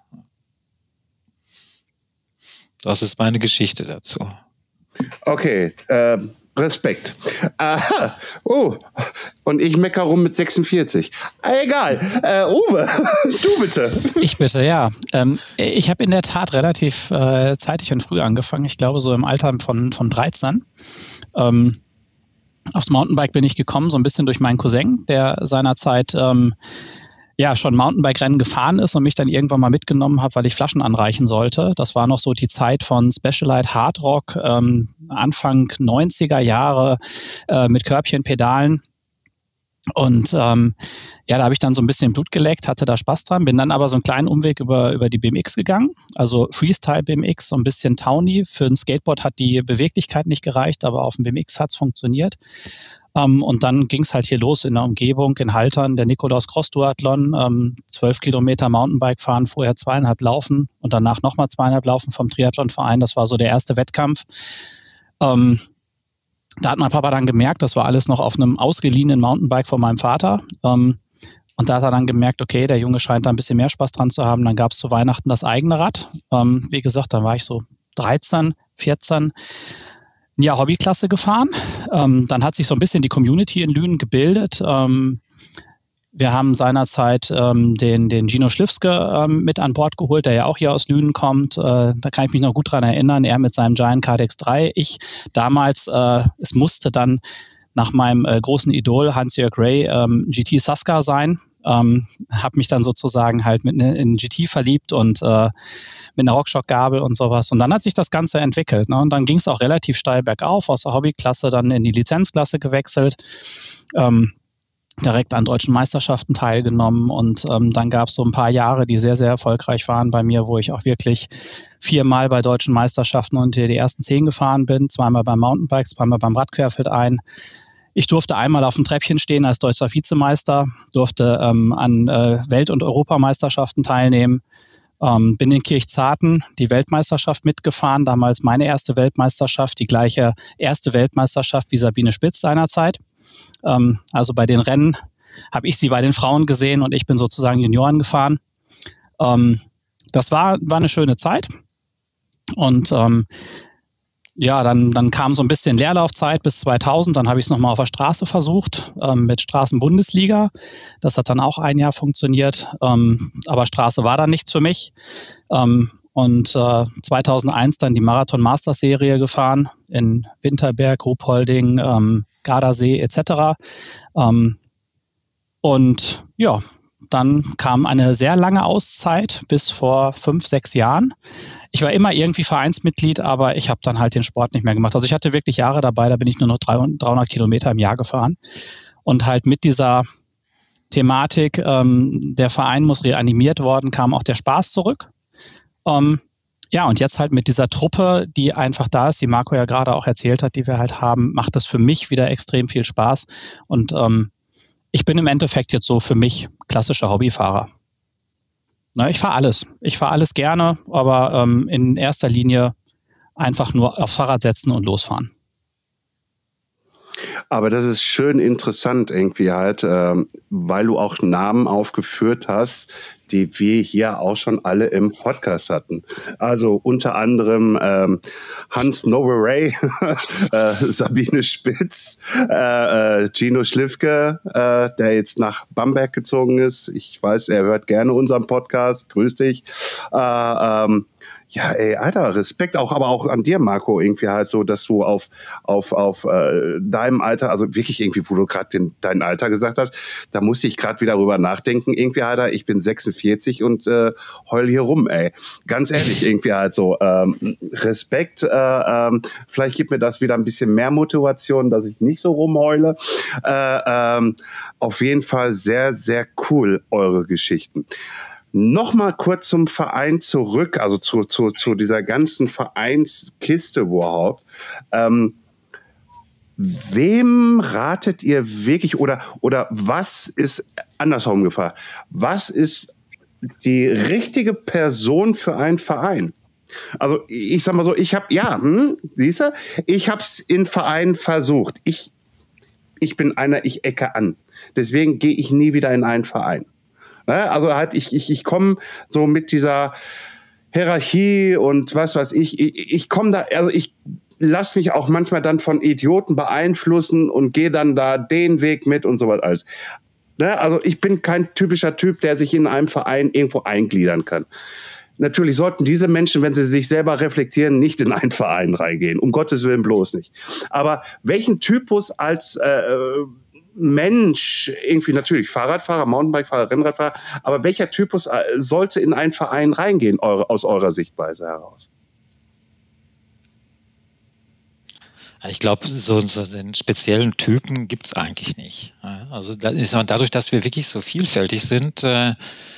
Das ist meine Geschichte dazu. Okay, äh, Respekt. Aha, oh, und ich meckere rum mit sechsundvierzig. Egal, äh, Uwe, du bitte. Ich bitte, ja. Ähm, ich habe in der Tat relativ äh, zeitig und früh angefangen. Ich glaube so im Alter von, von dreizehn. Ähm, aufs Mountainbike bin ich gekommen, so ein bisschen durch meinen Cousin, der seinerzeit ähm, ja schon Mountainbike-Rennen gefahren ist und mich dann irgendwann mal mitgenommen hat, weil ich Flaschen anreichen sollte. Das war noch so die Zeit von Specialized Hard Rock, ähm, Anfang neunziger Jahre äh, mit Körbchenpedalen. Und ähm, ja, da habe ich dann so ein bisschen Blut geleckt, hatte da Spaß dran, bin dann aber so einen kleinen Umweg über, über die B M X gegangen, also Freestyle-B M X, so ein bisschen Towny. Für ein Skateboard hat die Beweglichkeit nicht gereicht, aber auf dem B M X hat es funktioniert. Ähm, und dann ging es halt hier los in der Umgebung, in Haltern, der Nikolaus Cross Duathlon, ähm, zwölf Kilometer Mountainbike fahren, vorher zweieinhalb laufen und danach nochmal zweieinhalb laufen vom Triathlonverein. Das war so der erste Wettkampf. Ähm, Da hat mein Papa dann gemerkt, das war alles noch auf einem ausgeliehenen Mountainbike von meinem Vater. Ähm, und da hat er dann gemerkt, okay, der Junge scheint da ein bisschen mehr Spaß dran zu haben. Dann gab es zu Weihnachten das eigene Rad. Ähm, wie gesagt, dann war ich so dreizehn, vierzehn, ein Jahr Hobbyklasse gefahren. Ähm, dann hat sich so ein bisschen die Community in Lünen gebildet. Ähm, Wir haben seinerzeit ähm, den, den Gino Schlifske ähm, mit an Bord geholt, der ja auch hier aus Lünen kommt. Äh, da kann ich mich noch gut dran erinnern. Er mit seinem Giant Kart X drei. Ich damals, äh, es musste dann nach meinem äh, großen Idol Hans-Jörg Ray ähm, G T Saska sein. Ähm, habe mich dann sozusagen halt mit ne, in G T verliebt und äh, mit einer Rockshock-Gabel und sowas. Und dann hat sich das Ganze entwickelt. Ne? Und dann ging es auch relativ steil bergauf, aus der Hobbyklasse dann in die Lizenzklasse gewechselt. Ähm, direkt an deutschen Meisterschaften teilgenommen und ähm, dann gab es so ein paar Jahre, die sehr, sehr erfolgreich waren bei mir, wo ich auch wirklich viermal bei deutschen Meisterschaften unter die ersten zehn gefahren bin, zweimal beim Mountainbike, zweimal beim Radquerfeldein. Ich durfte einmal auf dem Treppchen stehen als deutscher Vizemeister, durfte ähm, an äh, Welt- und Europameisterschaften teilnehmen, ähm, bin in Kirchzarten die Weltmeisterschaft mitgefahren, damals meine erste Weltmeisterschaft, die gleiche erste Weltmeisterschaft wie Sabine Spitz seinerzeit. Ähm, also bei den Rennen habe ich sie bei den Frauen gesehen und ich bin sozusagen Junioren gefahren. Ähm, das war, war eine schöne Zeit. Und ähm, ja, dann, dann kam so ein bisschen Leerlaufzeit bis zweitausend. Dann habe ich es nochmal auf der Straße versucht ähm, mit Straßenbundesliga. Das hat dann auch ein Jahr funktioniert. Ähm, aber Straße war dann nichts für mich. Ähm, und äh, zweitausendeins dann die Marathon-Master-Serie gefahren in Winterberg, Ruhpolding, ähm, Gardasee et cetera. Ähm, und ja, dann kam eine sehr lange Auszeit bis vor fünf, sechs Jahren. Ich war immer irgendwie Vereinsmitglied, aber ich habe dann halt den Sport nicht mehr gemacht. Also ich hatte wirklich Jahre dabei, da bin ich nur noch dreihundert Kilometer im Jahr gefahren. Und halt mit dieser Thematik, ähm, der Verein muss reanimiert worden, kam auch der Spaß zurück. Ähm, ja, und jetzt halt mit dieser Truppe, die einfach da ist, die Marco ja gerade auch erzählt hat, die wir halt haben, macht das für mich wieder extrem viel Spaß. Und ähm, ich bin im Endeffekt jetzt so für mich klassischer Hobbyfahrer. Na, ich fahre alles. Ich fahre alles gerne, aber ähm, in erster Linie einfach nur aufs Fahrrad setzen und losfahren. Aber das ist schön interessant irgendwie halt, ähm, weil du auch Namen aufgeführt hast, die wir hier auch schon alle im Podcast hatten. Also unter anderem ähm, Hans Noveray, äh, Sabine Spitz, äh, äh, Gino Schlifke, äh, der jetzt nach Bamberg gezogen ist. Ich weiß, er hört gerne unseren Podcast. Grüß dich. Äh, ähm, Ja, ey, Alter, Respekt auch, aber auch an dir, Marco, irgendwie halt so, dass du auf auf auf äh, deinem Alter, also wirklich irgendwie, wo du gerade dein Alter gesagt hast, da musste ich gerade wieder drüber nachdenken, irgendwie, Alter, ich bin sechsundvierzig und äh, heul hier rum, ey. Ganz ehrlich, irgendwie halt so, ähm, Respekt, äh, ähm, vielleicht gibt mir das wieder ein bisschen mehr Motivation, dass ich nicht so rumheule. Äh, ähm, auf jeden Fall sehr, sehr cool, eure Geschichten. Nochmal kurz zum Verein zurück, also zu, zu, zu dieser ganzen Vereinskiste überhaupt. Ähm, wem ratet ihr wirklich oder, oder was ist, andersherum gefragt, was ist die richtige Person für einen Verein? Also ich sag mal so, ich habe, ja, hm, siehst du, ich habe es in Vereinen versucht. Ich, ich bin einer, ich ecke an. Deswegen gehe ich nie wieder in einen Verein. Also halt, ich, ich, ich komme so mit dieser Hierarchie und was weiß ich, ich, ich komme da, also ich lasse mich auch manchmal dann von Idioten beeinflussen und gehe dann da den Weg mit und sowas alles. Also ich bin kein typischer Typ, der sich in einem Verein irgendwo eingliedern kann. Natürlich sollten diese Menschen, wenn sie sich selber reflektieren, nicht in einen Verein reingehen. Um Gottes Willen bloß nicht. Aber welchen Typus als äh, Mensch, irgendwie natürlich Fahrradfahrer, Mountainbikefahrer, Rennradfahrer, aber welcher Typus sollte in einen Verein reingehen, eure, aus eurer Sichtweise heraus? Ich glaube, so, so den speziellen Typen gibt es eigentlich nicht. Also da ist, dadurch, dass wir wirklich so vielfältig sind, äh,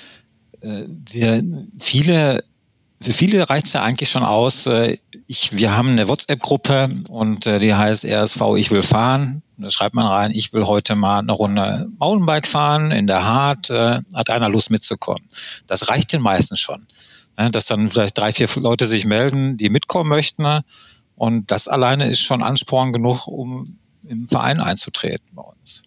wir viele, für viele reicht es ja eigentlich schon aus. Äh, ich, wir haben eine WhatsApp-Gruppe und äh, die heißt R S V Ich will fahren. Da schreibt man rein, ich will heute mal eine Runde Mountainbike fahren in der Hart. Äh, hat einer Lust mitzukommen? Das reicht den meisten schon. Ja, dass dann vielleicht drei, vier Leute sich melden, die mitkommen möchten. Und das alleine ist schon Ansporn genug, um im Verein einzutreten bei uns.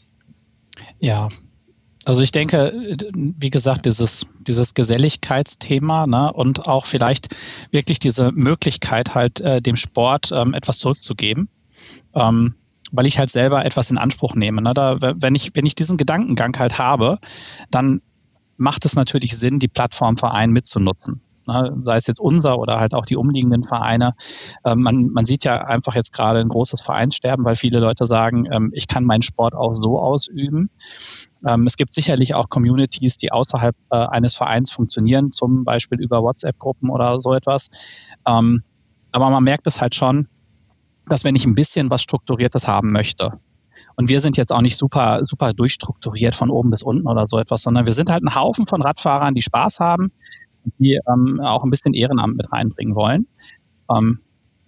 Ja, also ich denke, wie gesagt, dieses, dieses Geselligkeitsthema, ne, und auch vielleicht wirklich diese Möglichkeit halt äh, dem Sport ähm, etwas zurückzugeben, ähm, weil ich halt selber etwas in Anspruch nehme. Ne? Da, wenn ich, wenn ich diesen Gedankengang halt habe, dann macht es natürlich Sinn, die Plattform Verein mitzunutzen. Sei es jetzt unser oder halt auch die umliegenden Vereine. Ähm, man, man sieht ja einfach jetzt gerade ein großes Vereinssterben, weil viele Leute sagen, ähm, ich kann meinen Sport auch so ausüben. Ähm, es gibt sicherlich auch Communities, die außerhalb äh, eines Vereins funktionieren, zum Beispiel über WhatsApp-Gruppen oder so etwas. Ähm, aber man merkt es halt schon, dass wenn ich ein bisschen was Strukturiertes haben möchte, und wir sind jetzt auch nicht super, super durchstrukturiert von oben bis unten oder so etwas, sondern wir sind halt ein Haufen von Radfahrern, die Spaß haben, die ähm, auch ein bisschen Ehrenamt mit reinbringen wollen. Ähm,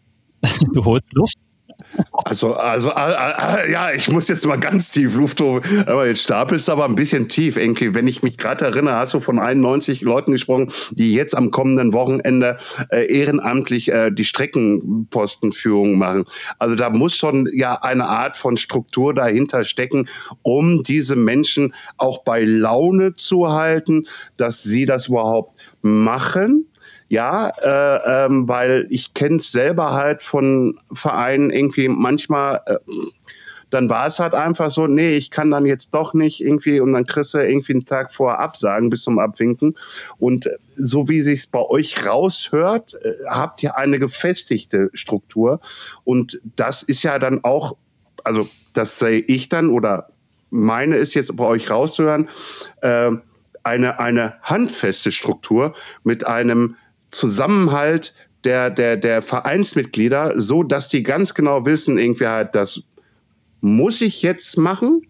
du holst Luft. Also, also, äh, äh, ja, ich muss jetzt mal ganz tief Luft holen, aber jetzt stapelst du aber ein bisschen tief, irgendwie. Wenn ich mich gerade erinnere, hast du von einundneunzig Leuten gesprochen, die jetzt am kommenden Wochenende äh, ehrenamtlich äh, die Streckenpostenführung machen. Also da muss schon ja eine Art von Struktur dahinter stecken, um diese Menschen auch bei Laune zu halten, dass sie das überhaupt machen. Ja, äh, ähm, weil ich kenne es selber halt von Vereinen irgendwie manchmal, äh, dann war es halt einfach so, nee, ich kann dann jetzt doch nicht irgendwie und dann kriegst du irgendwie einen Tag vorher absagen bis zum Abwinken. Und so wie sich's bei euch raushört, äh, habt ihr eine gefestigte Struktur und das ist ja dann auch, also das sehe ich dann oder meine ist jetzt bei euch rauszuhören, äh, eine, eine handfeste Struktur mit einem Zusammenhalt der, der, der Vereinsmitglieder, so dass die ganz genau wissen, irgendwie halt, das muss ich jetzt machen,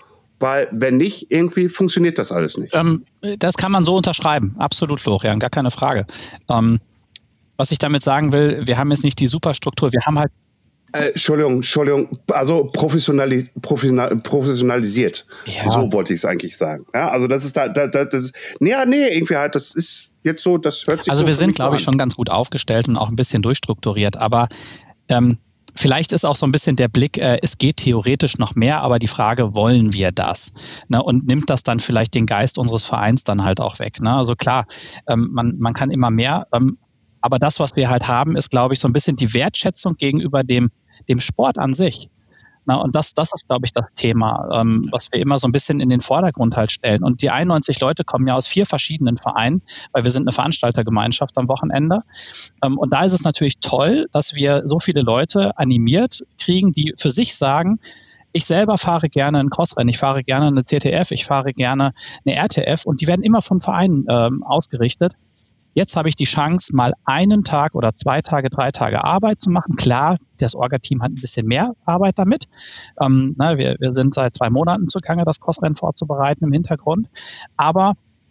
weil wenn nicht, irgendwie funktioniert das alles nicht. Ähm, das kann man so unterschreiben, absolut, Florian, gar keine Frage. Ähm, was ich damit sagen will, wir haben jetzt nicht die Superstruktur, wir haben halt Äh, Entschuldigung, Entschuldigung, also professionali professional professionalisiert. Ja. So wollte ich es eigentlich sagen. Ja, also das ist da, da, da das ist, nee, nee, irgendwie halt, das ist jetzt so, das hört sich Also so wir für sind, mich glaube ich, an. schon ganz gut aufgestellt und auch ein bisschen durchstrukturiert, aber ähm, vielleicht ist auch so ein bisschen der Blick, äh, es geht theoretisch noch mehr, aber die Frage, wollen wir das? Ne, und nimmt das dann vielleicht den Geist unseres Vereins dann halt auch weg? Ne? Also klar, ähm, man, man kann immer mehr, ähm, aber das, was wir halt haben, ist, glaube ich, so ein bisschen die Wertschätzung gegenüber dem, dem Sport an sich. Na, und das, das ist, glaube ich, das Thema, ähm, was wir immer so ein bisschen in den Vordergrund halt stellen. Und die einundneunzig Leute kommen ja aus vier verschiedenen Vereinen, weil wir sind eine Veranstaltergemeinschaft am Wochenende. Ähm, und da ist es natürlich toll, dass wir so viele Leute animiert kriegen, die für sich sagen, ich selber fahre gerne ein Crossrennen, ich fahre gerne eine C T F, ich fahre gerne eine R T F und die werden immer von Vereinen ähm, ausgerichtet. Jetzt habe ich die Chance, mal einen Tag oder zwei Tage, drei Tage Arbeit zu machen. Klar, das Orga-Team hat ein bisschen mehr Arbeit damit. Ähm, na, wir, wir sind seit zwei Monaten zugange, das Crossrennen vorzubereiten im Hintergrund. Aber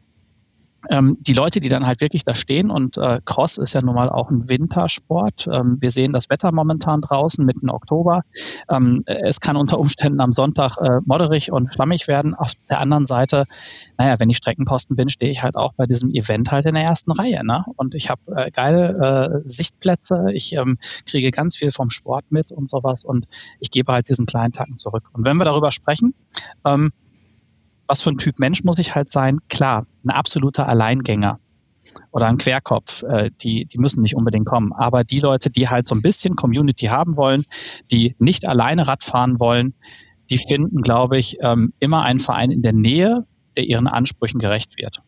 ähm, die Leute, die dann halt wirklich da stehen und äh, Cross ist ja nun mal auch ein Wintersport. Ähm, wir sehen das Wetter momentan draußen, mitten Oktober. Ähm, es kann unter Umständen am Sonntag äh, modderig und schlammig werden. Auf der anderen Seite, naja, wenn ich Streckenposten bin, stehe ich halt auch bei diesem Event halt in der ersten Reihe. Ne? Und ich habe äh, geile äh, Sichtplätze, ich ähm, kriege ganz viel vom Sport mit und sowas und ich gebe halt diesen kleinen Tacken zurück. Und wenn wir darüber sprechen, ähm, was für ein Typ Mensch muss ich halt sein? Klar, ein absoluter Alleingänger oder ein Querkopf, äh, die, die müssen nicht unbedingt kommen. Aber die Leute, die halt so ein bisschen Community haben wollen, die nicht alleine Rad fahren wollen, die finden, glaube ich, ähm, immer einen Verein in der Nähe, der ihren Ansprüchen gerecht wird.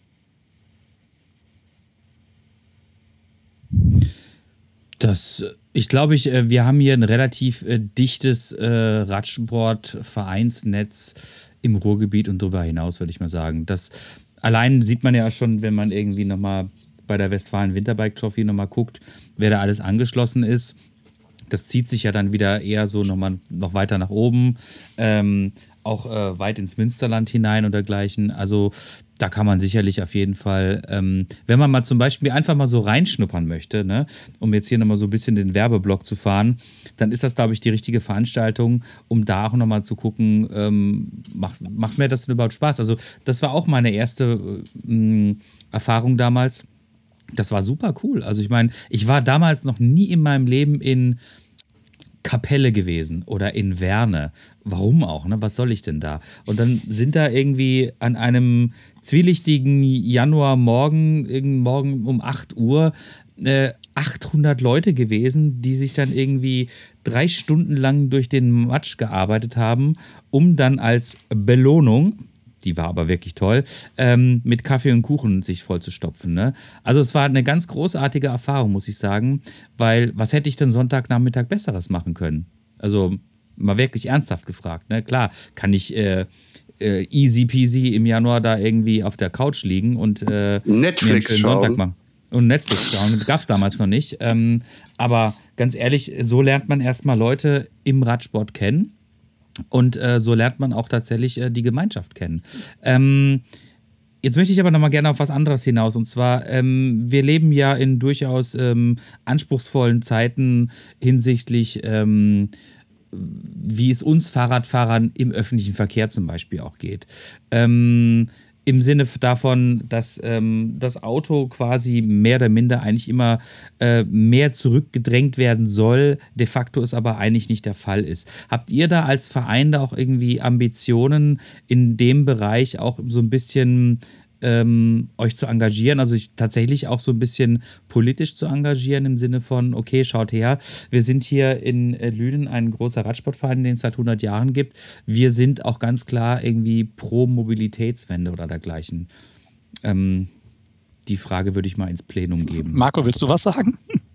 Das, ich glaube, ich, wir haben hier ein relativ äh, dichtes äh, Radsport-Vereinsnetz im Ruhrgebiet und darüber hinaus, würde ich mal sagen. Das allein sieht man ja schon, wenn man irgendwie nochmal bei der Westfalen Winterbike Trophy nochmal guckt, wer da alles angeschlossen ist. das zieht sich ja dann wieder eher so nochmal noch weiter nach oben, ähm, auch äh, weit ins Münsterland hinein und dergleichen. Also da kann man sicherlich auf jeden Fall, ähm, wenn man mal zum Beispiel einfach mal so reinschnuppern möchte, ne, um jetzt hier nochmal so ein bisschen den Werbeblock zu fahren, dann ist das, glaube ich, die richtige Veranstaltung, um da auch nochmal zu gucken, ähm, macht, macht mir das denn überhaupt Spaß? Also das war auch meine erste äh, Erfahrung damals. Das war super cool. Also ich meine, ich war damals noch nie in meinem Leben in Kapelle gewesen oder in Werne. Warum auch, ne? Was soll ich denn da? Und dann sind da irgendwie an einem zwielichtigen Januarmorgen, irgend morgen um acht Uhr, äh, achthundert Leute gewesen, die sich dann irgendwie drei Stunden lang durch den Matsch gearbeitet haben, um dann als Belohnung, die war aber wirklich toll, ähm, mit Kaffee und Kuchen sich vollzustopfen. Ne? Also es war eine ganz großartige Erfahrung, muss ich sagen, weil was hätte ich denn Sonntagnachmittag Besseres machen können? Also mal wirklich ernsthaft gefragt. Ne? Klar, kann ich äh, äh, easy peasy im Januar da irgendwie auf der Couch liegen und äh, Netflix mir einen schönen schauen. Sonntag machen. Und Netflix schauen, gab es damals noch nicht. Ähm, aber ganz ehrlich, so lernt man erstmal Leute im Radsport kennen. Und äh, so lernt man auch tatsächlich äh, die Gemeinschaft kennen. Ähm, jetzt möchte ich aber noch mal gerne auf was anderes hinaus. Und zwar, ähm, wir leben ja in durchaus ähm, anspruchsvollen Zeiten hinsichtlich, ähm, wie es uns Fahrradfahrern im öffentlichen Verkehr zum Beispiel auch geht. Ähm, Im Sinne davon, dass ähm, das Auto quasi mehr oder minder eigentlich immer äh, mehr zurückgedrängt werden soll, de facto es aber eigentlich nicht der Fall ist. Habt ihr da als Verein da auch irgendwie Ambitionen in dem Bereich auch so ein bisschen ähm, euch zu engagieren, also ich, tatsächlich auch so ein bisschen politisch zu engagieren im Sinne von, okay, schaut her, wir sind hier in äh, Lünen ein großer Radsportverein, den es seit hundert Jahren gibt. Wir sind auch ganz klar irgendwie pro Mobilitätswende oder dergleichen. Ähm, die Frage würde ich mal ins Plenum geben. Marco, willst du was sagen?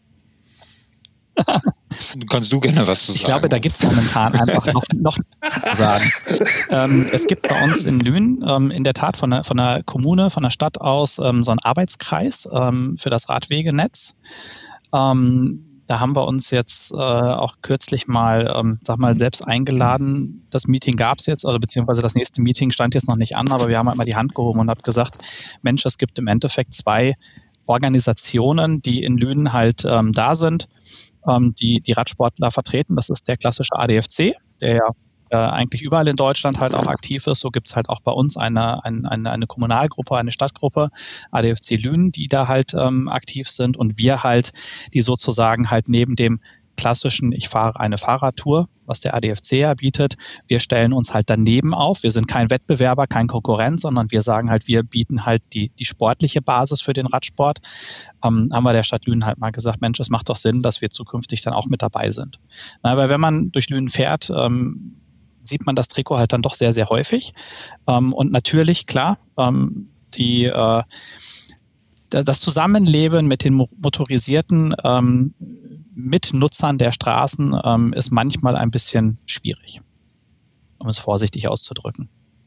Kannst du gerne was zu sagen? Ich glaube, da gibt es momentan einfach noch, noch zu sagen. Ähm, es gibt bei uns in Lünen ähm, in der Tat von der, von der Kommune, von der Stadt aus ähm, so einen Arbeitskreis ähm, für das Radwegenetz. Ähm, da haben wir uns jetzt äh, auch kürzlich mal, ähm, sag mal, selbst eingeladen. Das Meeting gab es jetzt, also beziehungsweise das nächste Meeting stand jetzt noch nicht an, aber wir haben halt mal die Hand gehoben und haben gesagt, Mensch, es gibt im Endeffekt zwei Organisationen, die in Lünen halt ähm, da sind, ähm, die die Radsportler vertreten. Das ist der klassische A D F C, der ja äh, eigentlich überall in Deutschland halt auch aktiv ist. So gibt es halt auch bei uns eine, eine, eine, eine Kommunalgruppe, eine Stadtgruppe, A D F C Lünen, die da halt ähm, aktiv sind und wir halt, die sozusagen halt neben dem klassischen, ich fahre eine Fahrradtour, was der A D F C ja bietet. Wir stellen uns halt daneben auf. Wir sind kein Wettbewerber, kein Konkurrent, sondern wir sagen halt, wir bieten halt die, die sportliche Basis für den Radsport. Ähm, haben wir der Stadt Lünen halt mal gesagt, Mensch, es macht doch Sinn, dass wir zukünftig dann auch mit dabei sind. Na, weil wenn man durch Lünen fährt, ähm, sieht man das Trikot halt dann doch sehr, sehr häufig. Ähm, und natürlich, klar, ähm, die äh, das Zusammenleben mit den motorisierten ähm, Mitnutzern der Straßen ähm, ist manchmal ein bisschen schwierig, um es vorsichtig auszudrücken.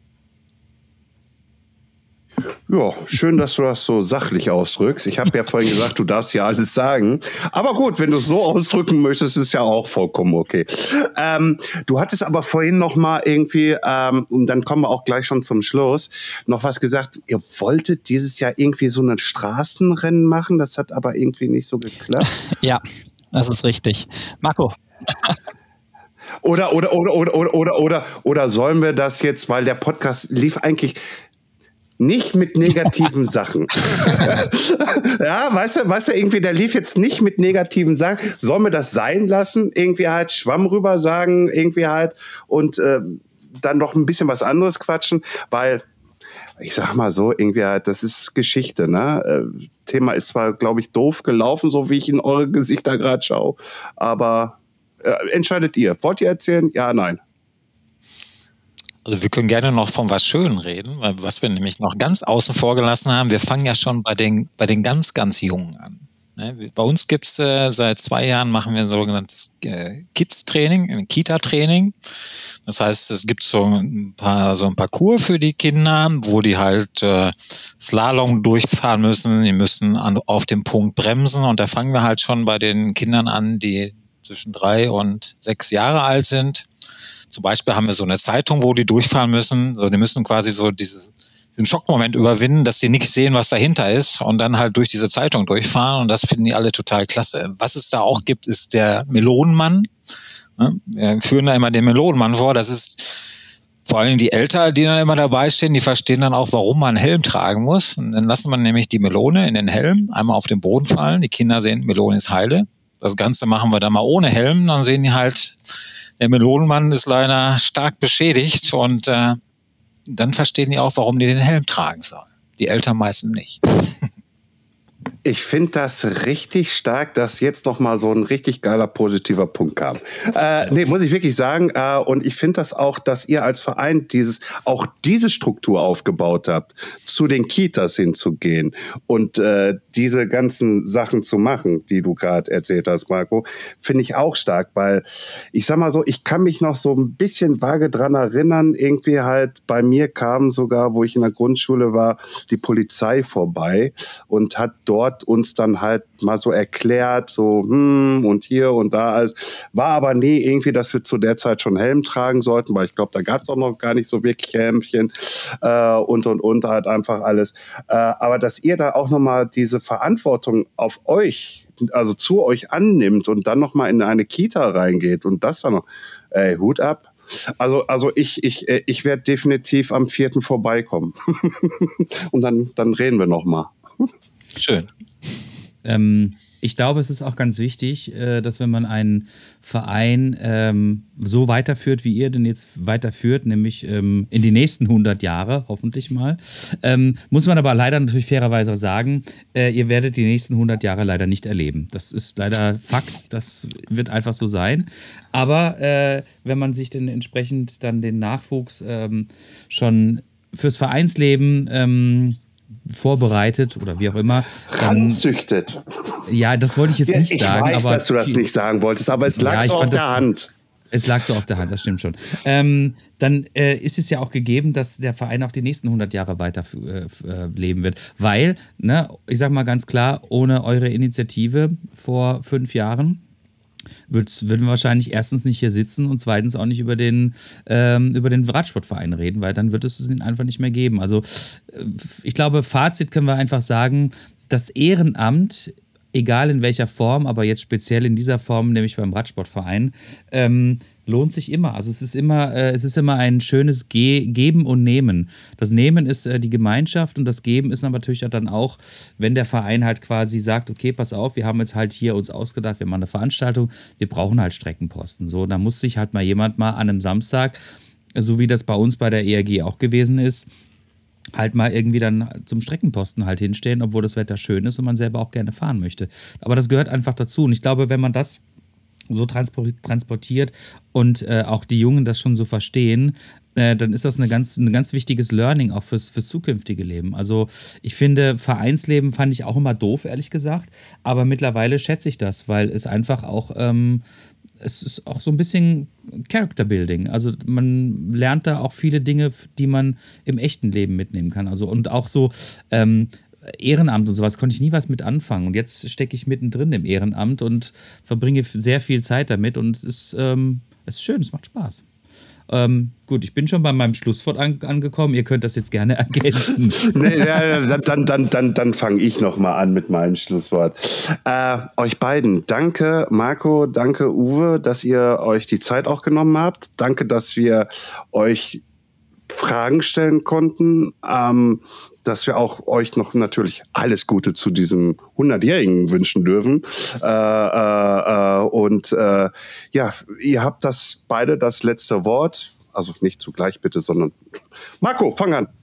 Ja, schön, dass du das so sachlich ausdrückst. Ich habe ja vorhin gesagt, du darfst ja alles sagen. Aber gut, wenn du es so ausdrücken möchtest, ist ja auch vollkommen okay. Ähm, du hattest aber vorhin noch mal irgendwie, ähm, und dann kommen wir auch gleich schon zum Schluss, noch was gesagt. Ihr wolltet dieses Jahr irgendwie so ein Straßenrennen machen. Das hat aber irgendwie nicht so geklappt. Ja, das ist richtig. Marco. Oder, oder, oder, oder, oder, oder, oder, oder sollen wir das jetzt, weil der Podcast lief eigentlich nicht mit negativen Sachen. Ja, weißt du, weißt du, irgendwie, der lief jetzt nicht mit negativen Sachen. Sollen wir das sein lassen? Irgendwie halt Schwamm rüber sagen, irgendwie halt und äh, dann noch ein bisschen was anderes quatschen, weil ich sag mal so, irgendwie halt, das ist Geschichte, ne? Äh, Thema ist zwar, glaube ich, doof gelaufen, so wie ich in eure Gesichter gerade schaue, aber äh, entscheidet ihr. Wollt ihr erzählen? Ja, nein. Also wir können gerne noch von was Schönem reden, weil was wir nämlich noch ganz außen vor gelassen haben, wir fangen ja schon bei den, bei den ganz, ganz Jungen an. Ne? Bei uns gibt's äh, seit zwei Jahren machen wir ein sogenanntes äh, Kids-Training, ein Kita-Training. Das heißt, es gibt so ein paar so ein Parcours für die Kinder, wo die halt äh, Slalom durchfahren müssen, die müssen an, auf dem Punkt bremsen und da fangen wir halt schon bei den Kindern an, die zwischen drei und sechs Jahre alt sind. Zum Beispiel haben wir so eine Zeitung, wo die durchfahren müssen. So, die müssen quasi so dieses, diesen Schockmoment überwinden, dass sie nicht sehen, was dahinter ist und dann halt durch diese Zeitung durchfahren. Und das finden die alle total klasse. Was es da auch gibt, ist der Melonenmann. Wir führen da immer den Melonenmann vor. Das ist vor allem die Eltern, die dann immer dabei stehen, die verstehen dann auch, warum man einen Helm tragen muss. Und dann lassen wir nämlich die Melone in den Helm einmal auf den Boden fallen. Die Kinder sehen, Melone ist heile. Das Ganze machen wir dann mal ohne Helm. Dann sehen die halt, der Melonenmann ist leider stark beschädigt. Und äh, dann verstehen die auch, warum die den Helm tragen sollen. Die Eltern meistens nicht. Ich finde das richtig stark, dass jetzt noch mal so ein richtig geiler, positiver Punkt kam. Äh, nee, muss ich wirklich sagen. Äh, und ich finde das auch, dass ihr als Verein dieses, auch diese Struktur aufgebaut habt, zu den Kitas hinzugehen und äh, diese ganzen Sachen zu machen, die du gerade erzählt hast, Marco, finde ich auch stark, weil ich sag mal so, ich kann mich noch so ein bisschen vage dran erinnern, irgendwie halt bei mir kam sogar, wo ich in der Grundschule war, die Polizei vorbei und hat dort uns dann halt mal so erklärt, so hm und hier und da alles. War aber nie irgendwie, dass wir zu der Zeit schon Helm tragen sollten, weil ich glaube, da gab es auch noch gar nicht so wirklich Helmchen äh, und und und halt einfach alles. Äh, aber dass ihr da auch nochmal diese Verantwortung auf euch, also zu euch annimmt und dann nochmal in eine Kita reingeht und das dann noch, ey, Hut ab. Also, also ich, ich, ich werde definitiv am vierten vorbeikommen. Und dann, dann reden wir nochmal. Schön. Ähm, ich glaube, es ist auch ganz wichtig, äh, dass wenn man einen Verein ähm, so weiterführt, wie ihr den jetzt weiterführt, nämlich ähm, in die nächsten hundert Jahre, hoffentlich mal, ähm, muss man aber leider natürlich fairerweise sagen, äh, ihr werdet die nächsten hundert Jahre leider nicht erleben. Das ist leider Fakt, das wird einfach so sein. Aber äh, wenn man sich dann entsprechend dann den Nachwuchs ähm, schon fürs Vereinsleben ähm, vorbereitet oder wie auch immer. Ranzüchtet. Ja, das wollte ich jetzt Ja, nicht ich sagen. Ich weiß, aber dass du das nicht sagen wolltest, aber es lag ja, so auf der das, Hand. Es lag so auf der Hand, das stimmt schon. Ähm, dann äh, ist es ja auch gegeben, dass der Verein auch die nächsten hundert Jahre weiter äh, leben wird. Weil, ne, ich sag mal ganz klar, ohne eure Initiative vor fünf Jahren Würd, würden wir wahrscheinlich erstens nicht hier sitzen und zweitens auch nicht über den, ähm, über den Radsportverein reden, weil dann wird es ihn einfach nicht mehr geben. Also ich glaube, Fazit können wir einfach sagen, das Ehrenamt, egal in welcher Form, aber jetzt speziell in dieser Form, nämlich beim Radsportverein, ähm, lohnt sich immer. Also es ist immer, äh, es ist immer ein schönes Ge- Geben und Nehmen. Das Nehmen ist äh, die Gemeinschaft und das Geben ist natürlich dann auch, wenn der Verein halt quasi sagt, okay, pass auf, wir haben jetzt halt hier uns ausgedacht, wir machen eine Veranstaltung, wir brauchen halt Streckenposten. So, da muss sich halt mal jemand mal an einem Samstag, so wie das bei uns bei der E R G auch gewesen ist, halt mal irgendwie dann zum Streckenposten halt hinstellen, obwohl das Wetter schön ist und man selber auch gerne fahren möchte. Aber das gehört einfach dazu. Und ich glaube, wenn man das so transportiert und äh, auch die Jungen das schon so verstehen, äh, dann ist das eine ganz, ein ganz wichtiges Learning auch fürs, fürs zukünftige Leben. Also ich finde, Vereinsleben fand ich auch immer doof, ehrlich gesagt, aber mittlerweile schätze ich das, weil es einfach auch, ähm, es ist auch so ein bisschen Character Building. Also man lernt da auch viele Dinge, die man im echten Leben mitnehmen kann. Also und auch so ähm, Ehrenamt und sowas konnte ich nie was mit anfangen. Und jetzt stecke ich mittendrin im Ehrenamt und verbringe sehr viel Zeit damit. Und es ist, ähm, es ist schön, es macht Spaß. Ähm, gut, ich bin schon bei meinem Schlusswort an, angekommen. Ihr könnt das jetzt gerne ergänzen. nee, ja, dann dann, dann, dann fange ich noch mal an mit meinem Schlusswort. Äh, euch beiden, danke Marco, danke Uwe, dass ihr euch die Zeit auch genommen habt. Danke, dass wir euch Fragen stellen konnten. Ähm, dass wir auch euch noch natürlich alles Gute zu diesem hundertjährigen wünschen dürfen. Äh, äh, äh, und äh, ja, ihr habt das beide das letzte Wort. Also nicht zugleich bitte, sondern Marco, fang an.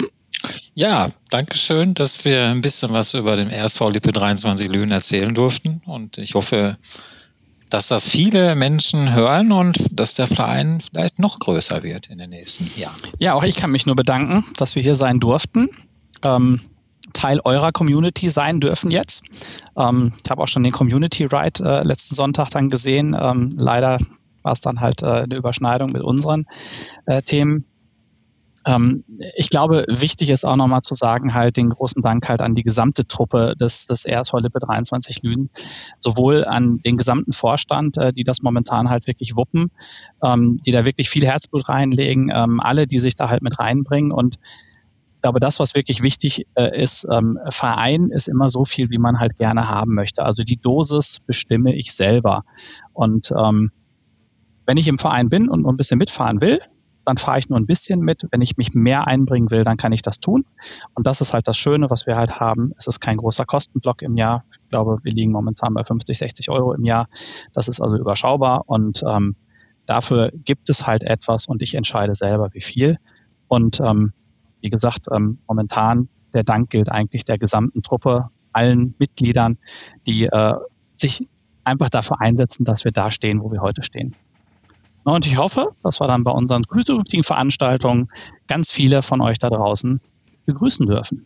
Ja, danke schön, dass wir ein bisschen was über den R S V Lippe dreiundzwanzig Lünen erzählen durften. Und ich hoffe, dass das viele Menschen hören und dass der Verein vielleicht noch größer wird in den nächsten Jahren. Ja, auch ich kann mich nur bedanken, dass wir hier sein durften. Ähm, Teil eurer Community sein dürfen jetzt. Ähm, ich habe auch schon den Community Ride äh, letzten Sonntag dann gesehen. Ähm, leider war es dann halt äh, eine Überschneidung mit unseren äh, Themen. Ähm, ich glaube, wichtig ist auch nochmal zu sagen, halt den großen Dank halt an die gesamte Truppe des, des R S V Lippe dreiundzwanzig Lünen, sowohl an den gesamten Vorstand, äh, die das momentan halt wirklich wuppen, ähm, die da wirklich viel Herzblut reinlegen, ähm, alle, die sich da halt mit reinbringen. Und ich glaube, das, was wirklich wichtig äh, ist, ähm, Verein ist immer so viel, wie man halt gerne haben möchte. Also die Dosis bestimme ich selber. Und ähm, wenn ich im Verein bin und ein bisschen mitfahren will, dann fahre ich nur ein bisschen mit. Wenn ich mich mehr einbringen will, dann kann ich das tun. Und das ist halt das Schöne, was wir halt haben. Es ist kein großer Kostenblock im Jahr. Ich glaube, wir liegen momentan bei fünfzig, sechzig Euro im Jahr. Das ist also überschaubar. Und ähm, dafür gibt es halt etwas und ich entscheide selber, wie viel. Und ähm, wie gesagt, ähm, momentan der Dank gilt eigentlich der gesamten Truppe, allen Mitgliedern, die äh, sich einfach dafür einsetzen, dass wir da stehen, wo wir heute stehen. Und ich hoffe, dass wir dann bei unseren zukünftigen Veranstaltungen ganz viele von euch da draußen begrüßen dürfen.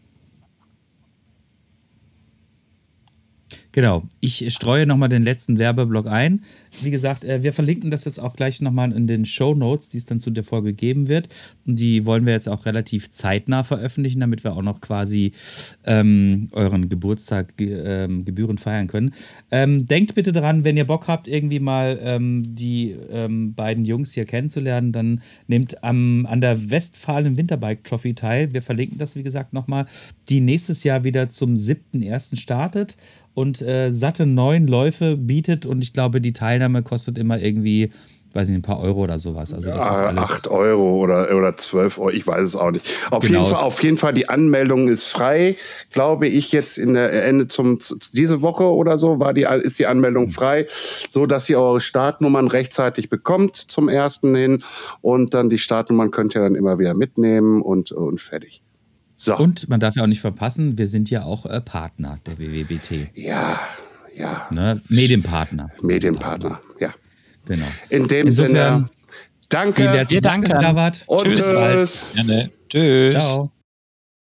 Genau, ich streue nochmal den letzten Werbeblock ein. Wie gesagt, wir verlinken das jetzt auch gleich nochmal in den Shownotes, die es dann zu der Folge geben wird. Und die wollen wir jetzt auch relativ zeitnah veröffentlichen, damit wir auch noch quasi ähm, euren Geburtstag ge- ähm, gebührend feiern können. Ähm, denkt bitte dran, wenn ihr Bock habt, irgendwie mal ähm, die ähm, beiden Jungs hier kennenzulernen, dann nehmt am, an der Westfalen Winterbike Trophy teil. Wir verlinken das, wie gesagt, nochmal, die nächstes Jahr wieder zum siebten ersten startet und äh, satte neun Läufe bietet und ich glaube, die Teilnahme kostet immer irgendwie, weiß nicht, ein paar Euro oder sowas. Also das ist alles acht Euro oder, oder zwölf Euro, ich weiß es auch nicht. Auf, Genau. jeden Fall, auf jeden Fall, die Anmeldung ist frei, glaube ich, jetzt in der Ende zum, diese Woche oder so war die, ist die Anmeldung frei, so dass ihr eure Startnummern rechtzeitig bekommt zum ersten hin und dann die Startnummern könnt ihr dann immer wieder mitnehmen und, und fertig. So. Und man darf ja auch nicht verpassen, wir sind ja auch äh, Partner der W W B T. Ja, ja. Ne? Medienpartner. Medienpartner, ja. Genau. In dem Insofern, Sinne, danke. Vielen herzlichen Dank, dass ihr da wart. Und Tschüss, bald. tschüss. Gerne. Tschüss. Ciao.